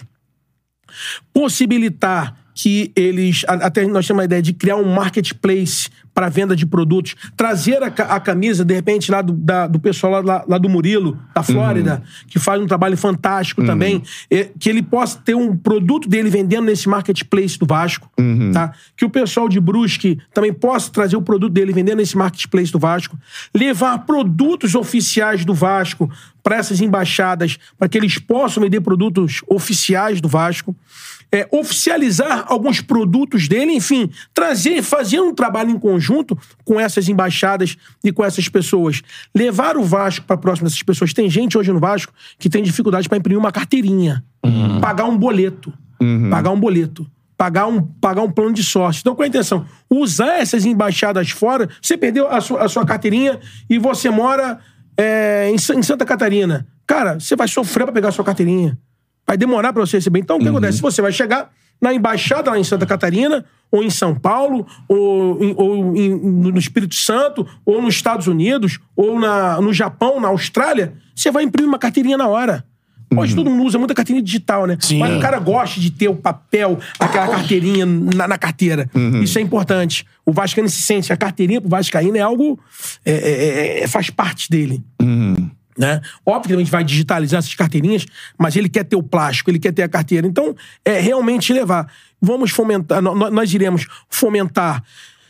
Possibilitar que eles... Até nós temos uma ideia de criar um marketplace para venda de produtos. Trazer a, a camisa, de repente, lá do, da, do pessoal lá, lá do Murilo, da Flórida, uhum. que faz um trabalho fantástico uhum. também. É, que ele possa ter um produto dele vendendo nesse marketplace do Vasco. Uhum. Tá? Que o pessoal de Brusque também possa trazer o produto dele vendendo nesse marketplace do Vasco. Levar produtos oficiais do Vasco para essas embaixadas, para que eles possam vender produtos oficiais do Vasco. É, oficializar alguns produtos dele, enfim, trazer, fazer um trabalho em conjunto com essas embaixadas e com essas pessoas. Levar o Vasco para próximo dessas pessoas. Tem gente hoje no Vasco que tem dificuldade para imprimir uma carteirinha, uhum. pagar um boleto, uhum. pagar um boleto, pagar um, pagar um plano de sócio. Então, qual é a intenção? Usar essas embaixadas fora. Você perdeu a sua, a sua carteirinha e você mora é, em, em Santa Catarina. Cara, você vai sofrer para pegar a sua carteirinha. Vai demorar pra você receber. Então, o que uhum. acontece? Você vai chegar na embaixada lá em Santa Catarina, ou em São Paulo, ou, em, ou em, no Espírito Santo, ou nos Estados Unidos, ou na, no Japão, na Austrália, você vai imprimir uma carteirinha na hora. Hoje uhum. todo mundo usa muita carteirinha digital, né?
Sim.
Mas o cara gosta de ter o papel, aquela carteirinha na, na carteira. Uhum. Isso é importante. O vascaíno se sente. A carteirinha pro vascaíno é algo... É, é, é, faz parte dele. Uhum. Né? Óbvio que a gente vai digitalizar essas carteirinhas, mas ele quer ter o plástico, ele quer ter a carteira. Então, é realmente levar. Vamos fomentar, nós iremos fomentar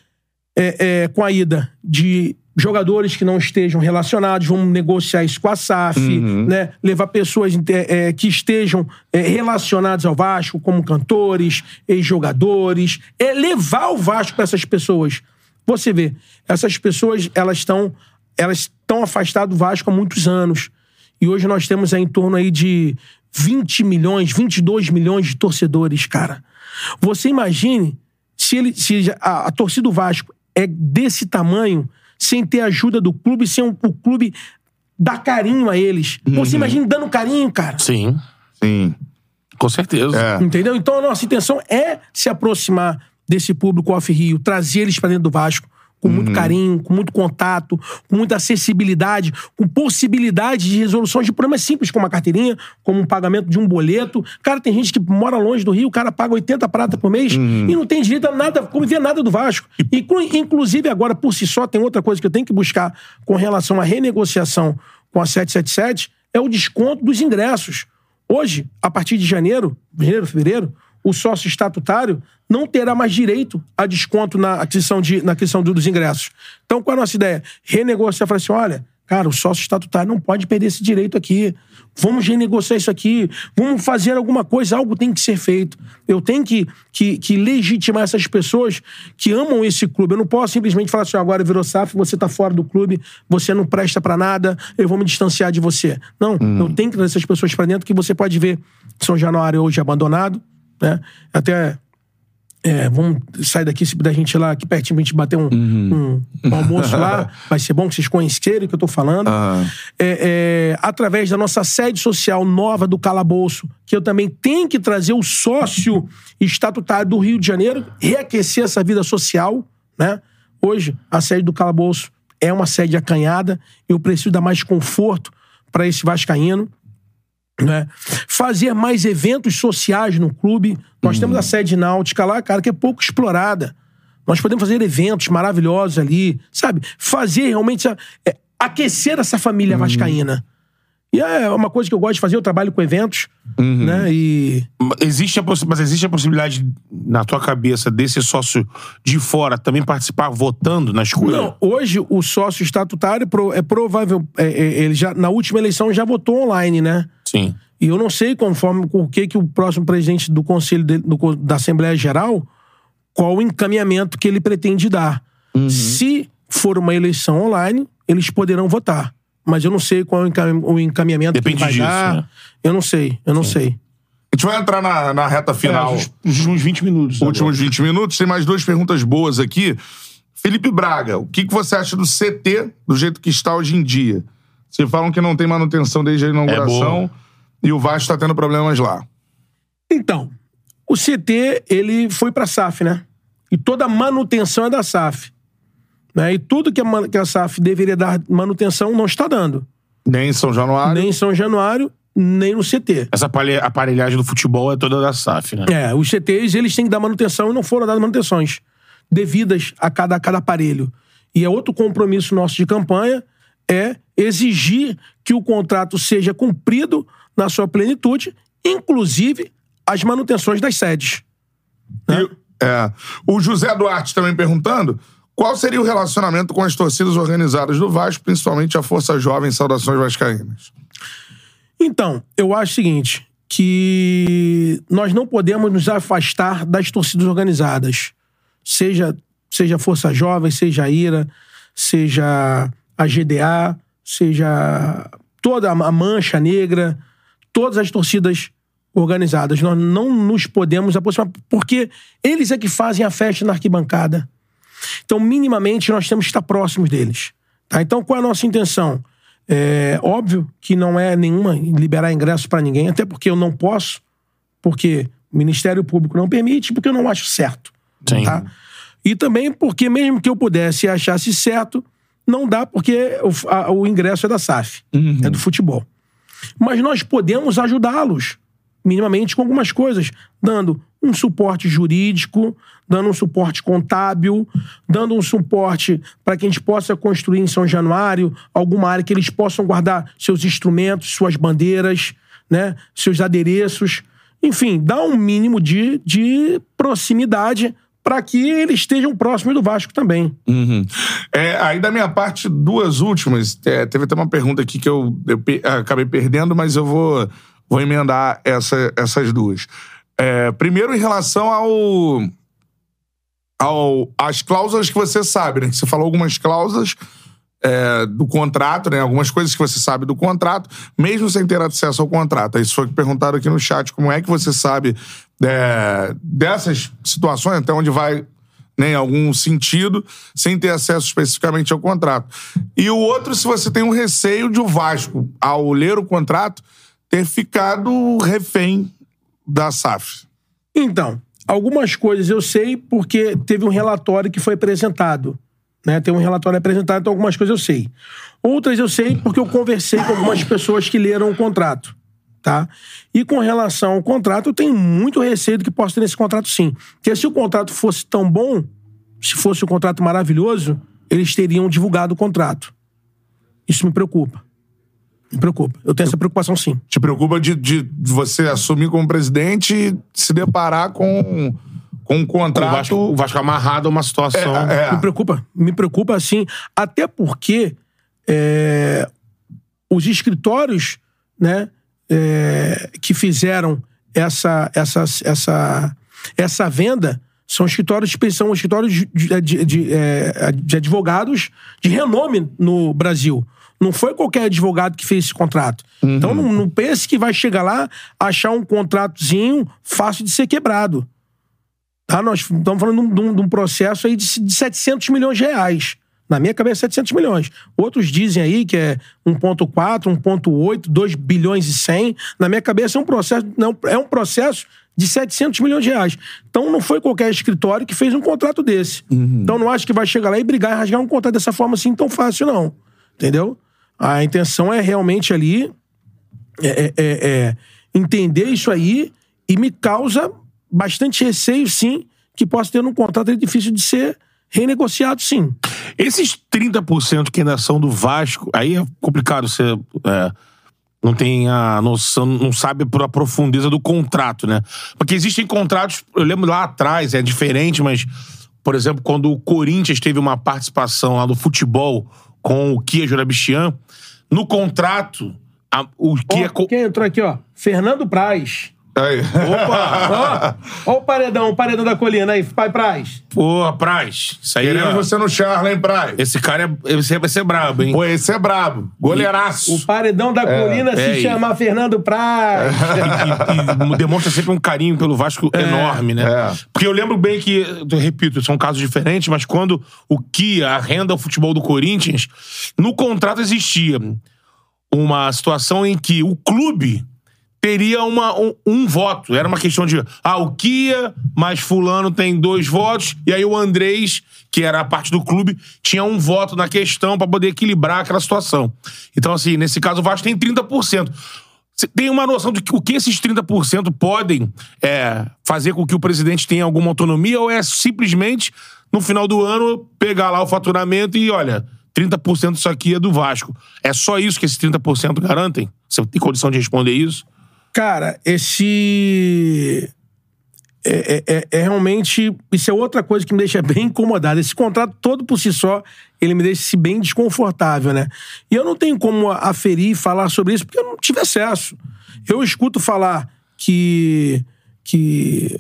é, é, com a ida de jogadores que não estejam relacionados, vamos negociar isso com a S A F, uhum. né? Levar pessoas é, que estejam é, relacionadas ao Vasco, como cantores, ex-jogadores, é levar o Vasco para essas pessoas. Você vê, essas pessoas, elas estão elas estão afastadas do Vasco há muitos anos. E hoje nós temos aí em torno aí de vinte milhões, vinte e dois milhões de torcedores, cara. Você imagine se, ele, se a, a torcida do Vasco é desse tamanho, sem ter ajuda do clube, sem um, o clube dar carinho a eles. Uhum. Você imagina dando carinho, cara.
Sim, sim. Com certeza.
É. Entendeu? Então a nossa intenção é se aproximar desse público off-Rio, trazer eles pra dentro do Vasco, com muito uhum. carinho, com muito contato, com muita acessibilidade, com possibilidade de resolução de problemas simples, como a carteirinha, como o pagamento de um boleto. Cara, tem gente que mora longe do Rio, o cara paga oitenta prata por mês uhum. e não tem direito a nada, como ver nada do Vasco. E, inclusive, agora, por si só, tem outra coisa que eu tenho que buscar com relação à renegociação com a sete sete sete, é o desconto dos ingressos. Hoje, a partir de janeiro, janeiro, fevereiro, o sócio estatutário não terá mais direito a desconto na aquisição, de, na aquisição dos ingressos. Então, qual é a nossa ideia? Renegociar, falar assim, olha, cara, o sócio estatutário não pode perder esse direito aqui. Vamos renegociar isso aqui. Vamos fazer alguma coisa, algo tem que ser feito. Eu tenho que, que, que legitimar essas pessoas que amam esse clube. Eu não posso simplesmente falar assim, agora virou S A F, você tá fora do clube, você não presta pra nada, eu vou me distanciar de você. Não, hum. eu tenho que trazer essas pessoas pra dentro, que você pode ver São Januário hoje abandonado, né? Até É, vamos sair daqui, se puder a gente ir lá aqui pertinho pra gente bater um, uhum. um, um almoço lá. Vai ser bom que vocês conhecerem o que eu tô falando.
Uhum.
É, é, através da nossa sede social nova do Calabouço, que eu também tenho que trazer o sócio estatutário do Rio de Janeiro, reaquecer essa vida social, né? Hoje, a sede do Calabouço é uma sede acanhada. Eu preciso dar mais conforto para esse vascaíno. Né? Fazer mais eventos sociais no clube. Nós uhum. temos a sede náutica lá, cara, que é pouco explorada. Nós podemos fazer eventos maravilhosos ali, sabe? Fazer realmente é, aquecer essa família uhum. vascaína. E é uma coisa que eu gosto de fazer, eu trabalho com eventos, uhum. né? E...
Existe a poss... Mas existe a possibilidade, na tua cabeça, desse sócio de fora também participar votando na escolha?
Não, hoje o sócio estatutário é provável... É, é, ele já, na última eleição já votou online, né?
Sim.
E eu não sei, conforme o que, que o próximo presidente do Conselho de, do, da Assembleia Geral, qual o encaminhamento que ele pretende dar. Uhum. Se for uma eleição online, eles poderão votar. Mas eu não sei qual o encaminhamento
Depende
que vai
disso,
dar. Né? Eu não sei, eu não
Sim.
sei.
A gente vai entrar na, na reta final.
É, os, os últimos vinte minutos.
Últimos
agora.
vinte minutos. Tem mais duas perguntas boas aqui. Felipe Braga, o que, que você acha do C T do jeito que está hoje em dia? Vocês falam que não tem manutenção desde a inauguração
é
e o Vasco está tendo problemas lá.
Então, o C T, ele foi pra S A F, né? E toda a manutenção é da S A F. Né? E tudo que a, que a S A F deveria dar manutenção não está dando.
Nem em São Januário.
Nem em São Januário, nem no C T.
Essa aparelhagem do futebol é toda da S A F, né?
É, os C Ts, eles têm que dar manutenção e não foram dadas manutenções devidas a cada, a cada aparelho. E é outro compromisso nosso de campanha, é exigir que o contrato seja cumprido na sua plenitude, inclusive as manutenções das sedes. Né?
E, é, o José Duarte também perguntando qual seria o relacionamento com as torcidas organizadas do Vasco, principalmente a Força Jovem. Saudações vascaínas.
Então, eu acho o seguinte, que nós não podemos nos afastar das torcidas organizadas. Seja, seja Força Jovem, seja a IRA, seja a G D A, seja toda a Mancha Negra, todas as torcidas organizadas. Nós não nos podemos aproximar, porque eles é que fazem a festa na arquibancada. Então, minimamente, nós temos que estar próximos deles. Tá? Então, qual é a nossa intenção? É óbvio que não é nenhuma liberar ingressos para ninguém, até porque eu não posso, porque o Ministério Público não permite, porque eu não acho certo.
Sim.
Tá? E também porque, mesmo que eu pudesse e achasse certo, não dá, porque o, a, o ingresso é da S A F, uhum. é do futebol. Mas nós podemos ajudá-los, minimamente, com algumas coisas, dando um suporte jurídico, dando um suporte contábil, dando um suporte para que a gente possa construir em São Januário alguma área que eles possam guardar seus instrumentos, suas bandeiras, né, seus adereços. Enfim, dá um mínimo de, de proximidade para que eles estejam próximos do Vasco também.
Uhum. É, aí da minha parte, duas últimas. É, teve até uma pergunta aqui que eu, eu pe- acabei perdendo, mas eu vou, vou emendar essa, essas duas. É, primeiro, em relação ao, ao às cláusulas que você sabe, né? Você falou algumas cláusulas é, do contrato, né? Algumas coisas que você sabe do contrato, mesmo sem ter acesso ao contrato. Isso foi perguntado aqui no chat, como é que você sabe é, dessas situações, até onde vai, né, em algum sentido, sem ter acesso especificamente ao contrato. E o outro, se você tem um receio de o Vasco, ao ler o contrato, ter ficado refém da S A F.
Então, algumas coisas eu sei porque teve um relatório que foi apresentado. Né? Tem um relatório apresentado, então algumas coisas eu sei. Outras eu sei porque eu conversei com algumas pessoas que leram o contrato. Tá? E com relação ao contrato, eu tenho muito receio do que possa ter nesse contrato, sim. Porque se o contrato fosse tão bom, se fosse um contrato maravilhoso, eles teriam divulgado o contrato. Isso me preocupa. Me preocupa. Eu tenho essa preocupação, sim.
Te preocupa de, de você assumir como presidente e se deparar com, com um contrato...
O Vasco, o Vasco amarrado a uma situação...
É, é.
Me preocupa. Me preocupa, sim. Até porque é, os escritórios, né, é, que fizeram essa, essa, essa, essa venda são escritórios, são escritórios de, de, de, de, de advogados de renome no Brasil. Não foi qualquer advogado que fez esse contrato. Uhum. Então não, não pense que vai chegar lá, achar um contratozinho fácil de ser quebrado. Tá? Nós estamos falando de um, de um processo aí de, de setecentos milhões de reais. Na minha cabeça, setecentos milhões. Outros dizem aí que é um vírgula quatro, um vírgula oito, dois bilhões e cem. Na minha cabeça, é um processo, não, é um processo de setecentos milhões de reais. Então, não foi qualquer escritório que fez um contrato desse. Uhum. Então, não acho que vai chegar lá e brigar e rasgar um contrato dessa forma assim tão fácil, não. Entendeu? A intenção é realmente ali é, é, é, entender isso aí e me causa bastante receio, sim, que possa ter um contrato difícil de ser renegociado, sim.
Esses trinta por cento que ainda são do Vasco, aí é complicado, você é, não tem a noção, não sabe a profundeza do contrato, né? Porque existem contratos, eu lembro lá atrás, é diferente, mas, por exemplo, quando o Corinthians teve uma participação lá no futebol com o Kia Jorabichian, no contrato, a, o Kia...
Oh, quem entrou aqui, ó? Fernando Praz.
Aí.
Opa! Ó, ó o paredão, o paredão da colina aí, pai Praz.
Pô, Praz. Isso aí,
Queremos
ó,
você no Charla, hein, Praz?
esse cara é, esse vai ser brabo, hein?
Pô, esse é brabo. Goleiraço.
O paredão da colina
é,
se
e-
chama Fernando Praz.
E, e demonstra sempre um carinho pelo Vasco enorme, né?
é.
Porque eu lembro bem que, eu repito, são casos diferentes, mas quando o Kia arrenda o futebol do Corinthians, no contrato existia uma situação em que o clube teria uma, um, um voto. Era uma questão de, ah, o Kia mais fulano tem dois votos, e aí o Andrés, que era a parte do clube, tinha um voto na questão pra poder equilibrar aquela situação. Então, assim, nesse caso, o Vasco tem trinta por cento. Você tem uma noção de que, o que esses trinta por cento podem é, fazer com que o presidente tenha alguma autonomia, ou é simplesmente, no final do ano, pegar lá o faturamento e, olha, trinta por cento disso aqui é do Vasco. É só isso que esses trinta por cento garantem? Você tem condição de responder isso?
Cara, esse... É, é, é realmente... Isso é outra coisa que me deixa bem incomodado. Esse contrato todo por si só, ele me deixa bem desconfortável, né? E eu não tenho como aferir e falar sobre isso, porque eu não tive acesso. Eu escuto falar que... que...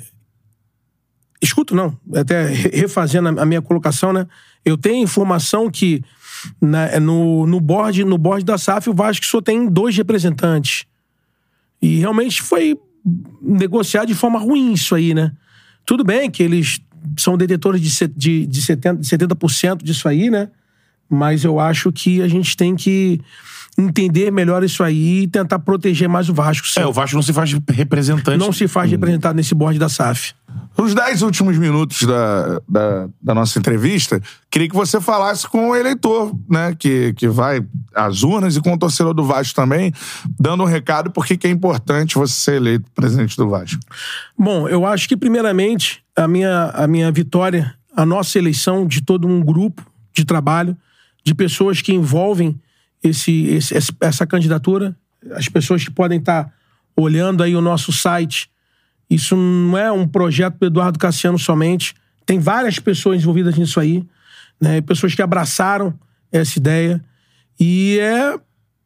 Escuto, não. Até refazendo a minha colocação, né? Eu tenho informação que na, no, no, board, no board da S A F, o Vasco só tem dois representantes. E realmente foi negociado de forma ruim isso aí, né? Tudo bem que eles são detentores de, de, de setenta por cento disso aí, né? Mas eu acho que a gente tem que entender melhor isso aí e tentar proteger mais o Vasco. Sim.
É, o Vasco não se faz representante.
Não se faz representado nesse board da S A F.
Nos dez últimos minutos da, da, da nossa entrevista, queria que você falasse com o eleitor, né? Que, que vai às urnas e com o torcedor do Vasco também, dando um recado por que é importante você ser eleito presidente do Vasco.
Bom, eu acho que, primeiramente, a minha, a minha vitória, a nossa eleição de todo um grupo de trabalho, de pessoas que envolvem esse, esse, essa candidatura, as pessoas que podem estar olhando aí o nosso site. Isso não é um projeto do Eduardo Cassiano somente. Tem várias pessoas envolvidas nisso aí, né? Pessoas que abraçaram essa ideia. E é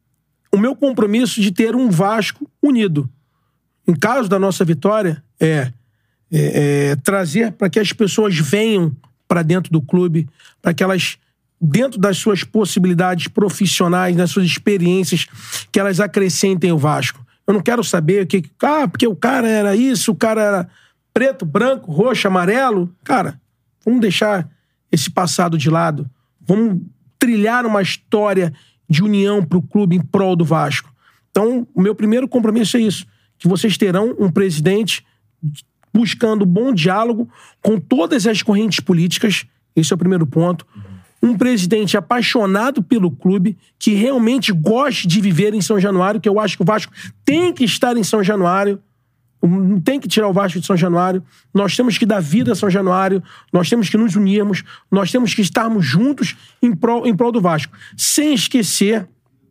o meu compromisso de ter um Vasco unido. Em caso da nossa vitória, é, é, é trazer para que as pessoas venham para dentro do clube, para que elas, dentro das suas possibilidades profissionais, das suas experiências, que elas acrescentem o Vasco. Eu não quero saber que, ah, porque o cara era isso, o cara era preto, branco, roxo, amarelo. Cara, vamos deixar esse passado de lado. Vamos trilhar uma história de união pro clube em prol do Vasco. Então, o meu primeiro compromisso é isso. Que vocês terão um presidente buscando bom diálogo com todas as correntes políticas. Esse é o primeiro ponto. Um presidente apaixonado pelo clube, que realmente goste de viver em São Januário, que eu acho que o Vasco tem que estar em São Januário, não tem que tirar o Vasco de São Januário, nós temos que dar vida a São Januário, nós temos que nos unirmos, nós temos que estarmos juntos em prol, em prol do Vasco. Sem esquecer,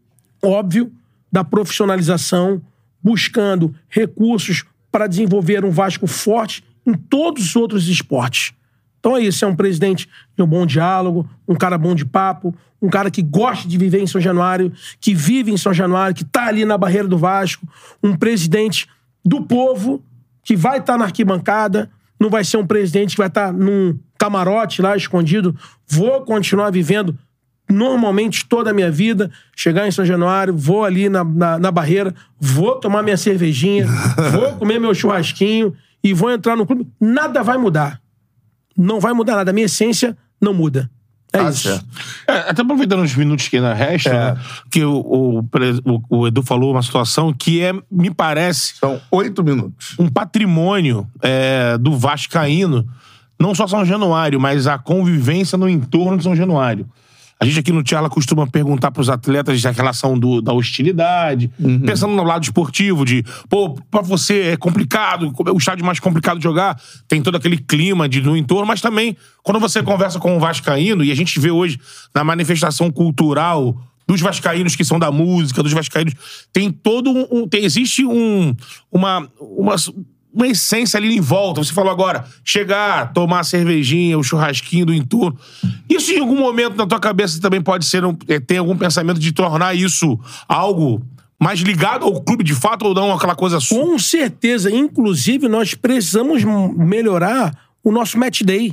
óbvio, da profissionalização, buscando recursos para desenvolver um Vasco forte em todos os outros esportes. Então é isso, é um presidente de um bom diálogo, um cara bom de papo, um cara que gosta de viver em São Januário, que vive em São Januário, que tá ali na barreira do Vasco, um presidente do povo, que vai estar tá na arquibancada, não vai ser um presidente que vai estar tá num camarote lá escondido. Vou continuar vivendo normalmente toda a minha vida, chegar em São Januário, vou ali na, na, na barreira, vou tomar minha cervejinha, vou comer meu churrasquinho e vou entrar no clube, nada vai mudar. Não vai mudar nada. A minha essência não muda. É
Ah,
isso.
certo.
É, até aproveitando os minutos que ainda restam,
É.
né, que o, o, o- o Edu falou uma situação que é, me parece,
São oito minutos.
um patrimônio é, do vascaíno, não só São Januário, mas a convivência no entorno de São Januário. A gente aqui no Tchala costuma perguntar pros atletas a relação do, da hostilidade, pensando no lado esportivo, de, pô, pra você é complicado, o estádio mais complicado de jogar, tem todo aquele clima de, no entorno, mas também, quando você conversa com o vascaíno, e a gente vê hoje na manifestação cultural dos vascaínos que são da música, dos vascaínos, tem todo um... um- tem, existe um, uma... uma uma essência ali em volta. Você falou agora, chegar, tomar a cervejinha, o churrasquinho do entorno. Isso em algum momento na tua cabeça também pode ser, um, é, tem algum pensamento de tornar isso algo mais ligado ao clube de fato ou não, aquela coisa sua?
Com certeza. Inclusive, nós precisamos m- melhorar o nosso match day.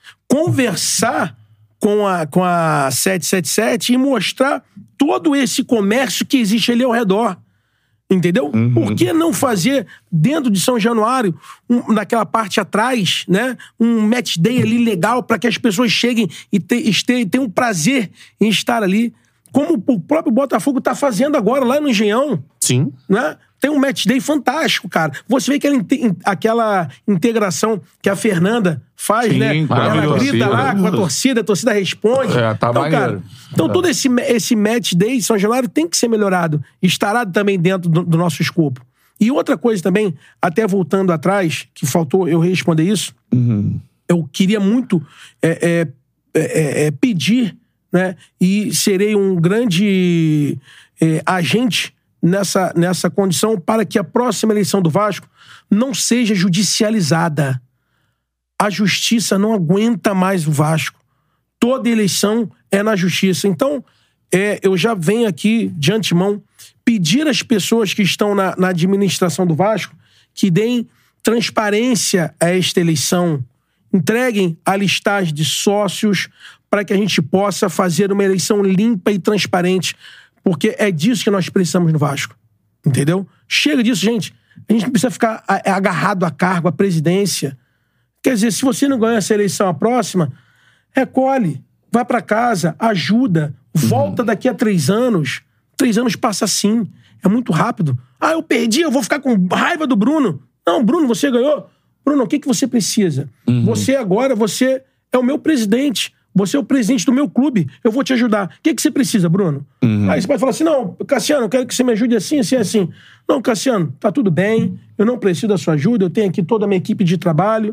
Conversar com a, com a sete sete sete e mostrar todo esse comércio que existe ali ao redor. Entendeu? Por que não fazer dentro de São Januário, um, naquela parte atrás, né? Um match day ali legal para que as pessoas cheguem e te, este, tenham prazer em estar ali. Como o próprio Botafogo tá fazendo agora lá no Engenhão.
Sim.
Né? Tem um match day fantástico, cara. Você vê aquela, inte- aquela integração que a Fernanda faz,
Sim,
né? Ela
maravilhoso.
grita lá com a
Maravilhoso.
torcida, a torcida responde.
É, tá
então,
maneiro.
cara, então todo esse, esse match day São Januário tem que ser melhorado. Estará também dentro do, do nosso escopo. E outra coisa também, até voltando atrás, que faltou eu responder isso, eu queria muito é, é, é, é, pedir, né? E serei um grande é, agente nessa, nessa condição para que a próxima eleição do Vasco não seja judicializada. A justiça não aguenta mais o Vasco. Toda eleição é na justiça. Então, é, eu já venho aqui, de antemão, pedir às pessoas que estão na, na administração do Vasco que deem transparência a esta eleição. Entreguem a listagem de sócios para que a gente possa fazer uma eleição limpa e transparente, porque é disso que nós precisamos no Vasco. Entendeu? Chega disso, gente. A gente não precisa ficar a- agarrado a cargo, a presidência. Quer dizer, se você não ganhar essa eleição a próxima, recolhe, vai pra casa, ajuda, volta daqui a três anos. Três anos passa assim, é muito rápido. Ah, eu perdi, eu vou ficar com raiva do Bruno. Não, Bruno, você ganhou. Bruno, o que, que você precisa? Você agora, você é o meu presidente. Você é o presidente do meu clube. Eu vou te ajudar. O que, que você precisa, Bruno? Aí você pode falar assim, não, Cassiano, eu quero que você me ajude assim, assim, assim. Não, Cassiano, tá tudo bem. Eu não preciso da sua ajuda. Eu tenho aqui toda a minha equipe de trabalho.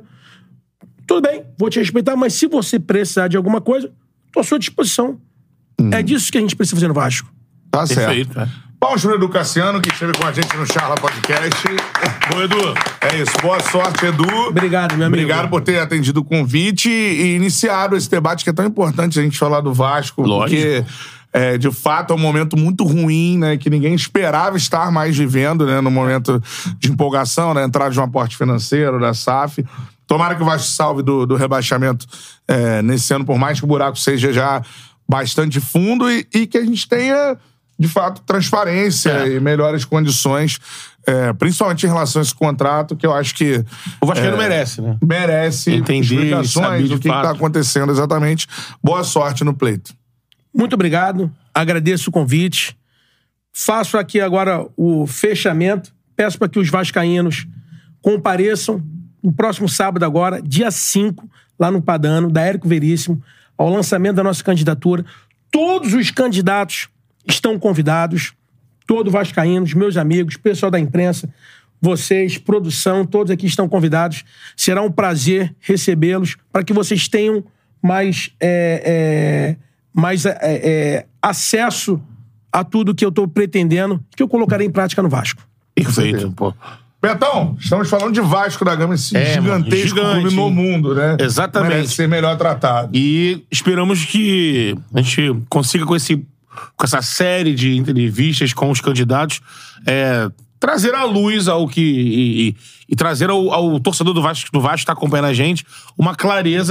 Tudo bem, vou te respeitar, mas se você precisar de alguma coisa, tô à sua disposição. É disso que a gente precisa fazer no Vasco.
Tá certo.
Perfeito, é.
Palmas pro Edu Cassiano, que esteve com a gente no Charla Podcast.
Bom, Edu.
É isso. Boa sorte, Edu.
Obrigado, meu amigo.
Obrigado por ter atendido o convite e iniciado esse debate que é tão importante a gente falar do Vasco.
Lógico.
Porque, é, de fato, é um momento muito ruim, né? Que ninguém esperava estar mais vivendo, né? No momento de empolgação, da entrada de um aporte financeiro, da S A F. Tomara que o Vasco salve do, do rebaixamento é, nesse ano, por mais que o buraco seja já bastante fundo e, e que a gente tenha, de fato, transparência
É.
e melhores condições, é, principalmente em relação a esse contrato, que eu acho que
O Vascaíno
É.
merece, né?
merece
Entender, saber
explicações
de
do que está
fato.
acontecendo exatamente. Boa sorte no pleito.
Muito obrigado, agradeço o convite. Faço aqui agora o fechamento. Peço para que os vascaínos compareçam no próximo sábado agora, dia cinco, lá no Padano, da Érico Veríssimo, ao lançamento da nossa candidatura. Todos os candidatos estão convidados, todos vascaínos, meus amigos, pessoal da imprensa, vocês, produção, todos aqui estão convidados. Será um prazer recebê-los para que vocês tenham mais, é, é, mais é, é, acesso a tudo que eu estou pretendendo, que eu colocarei em prática no Vasco.
Perfeito, pô.
Betão, estamos falando de Vasco da Gama, esse
É, mano,
gigantesco
gigante,
clube no
hein?
mundo, né?
Exatamente.
Merece ser melhor tratado.
E esperamos que a gente consiga, com, esse, com essa série de entrevistas com os candidatos, é, trazer à luz ao que. E, e- e trazer ao, ao torcedor do Vasco, do Vasco que está acompanhando a gente uma clareza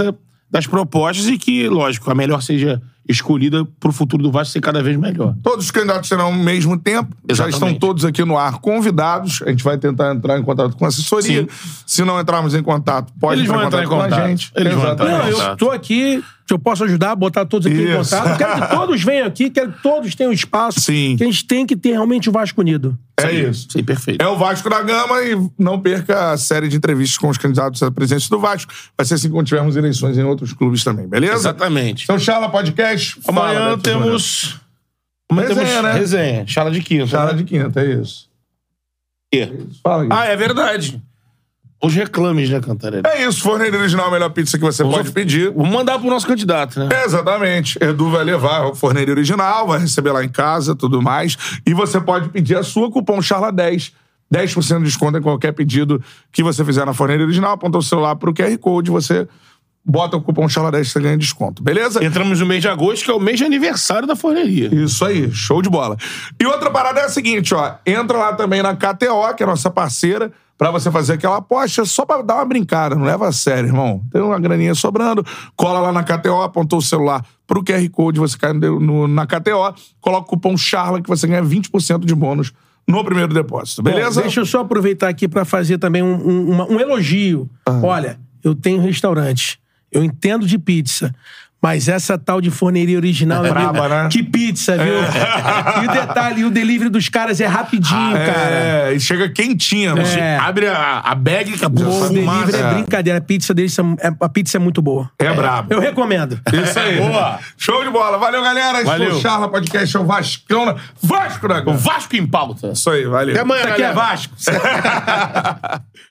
das propostas e que, lógico, a melhor seja escolhida pro futuro do Vasco ser cada vez melhor.
Todos os candidatos serão ao mesmo tempo.
Exatamente.
Já estão todos aqui no ar convidados. A gente vai tentar entrar em contato com a assessoria.
Sim.
Se não entrarmos em contato, pode
Eles
entrar
vão
em
entrar
contato
em
com a
contato.
gente.
Eles vão
Exatamente.
entrar em
Não, eu
Exato.
tô aqui, se eu posso ajudar, botar todos aqui em
Isso.
contato. Eu quero que todos venham aqui, quero que todos tenham espaço.
Sim.
Que a gente tem que ter realmente o Vasco unido.
É isso.
Sim, perfeito.
É o Vasco da Gama e não perca a série de entrevistas com os candidatos à presidência do Vasco. Vai ser assim quando tivermos eleições em outros clubes também, beleza?
Exatamente.
Então, Chala Podcast.
Amanhã
Fala, Beto
temos... Amanhã
Resenha,
temos
né?
resenha. Chala de quinta.
Chala
né?
de quinta, é isso.
quê?
Fala aí.
Ah, é verdade. Os reclames, né, Cantarelli?
É isso, Forneira Original, a melhor pizza que você
Vamos
pode
of-
pedir.
Vamos mandar pro nosso candidato, né?
É, exatamente. Edu vai levar o Forneira Original, vai receber lá em casa, tudo mais. E você pode pedir a sua cupom Charla dez. dez por cento de desconto em qualquer pedido que você fizer na Forneira Original. Aponta o celular pro Q R Code, você bota o cupom Charla dez e você ganha desconto. Beleza?
Entramos no mês de agosto, que é o mês de aniversário da forneria.
Isso aí, show de bola. E outra parada é a seguinte, ó. Entra lá também na K T O, que é a nossa parceira, pra você fazer aquela aposta só pra dar uma brincada. Não leva a sério, irmão. Tem uma graninha sobrando, cola lá na K T O, apontou o celular pro Q R Code, você cai no, no- na K T O, coloca o cupom CHARLA que você ganha vinte por cento de bônus no primeiro depósito, beleza?
Bom, deixa eu só aproveitar aqui pra fazer também um, um- uma- um elogio. Olha, eu tenho restaurante, eu entendo de pizza, mas essa tal de forneria original...
É
meu
braba,
amigo,
né?
Que pizza, viu? E o detalhe, o delivery dos caras é rapidinho, cara.
É, e chega quentinha. Você
É.
Abre a, a bag que a
O
porra
delivery é
é.
brincadeira, a pizza deles, são- é- a pizza é muito boa.
é brabo.
Eu recomendo.
Isso aí.
Boa.
Show de bola. Valeu, galera. Esse
Valeu.
foi o Charla Podcast, é o Vascão. na- Vasco da
O
Gama.
Vasco em pauta.
Isso aí, valeu.
Até amanhã,
Isso aqui é
galera.
Vasco.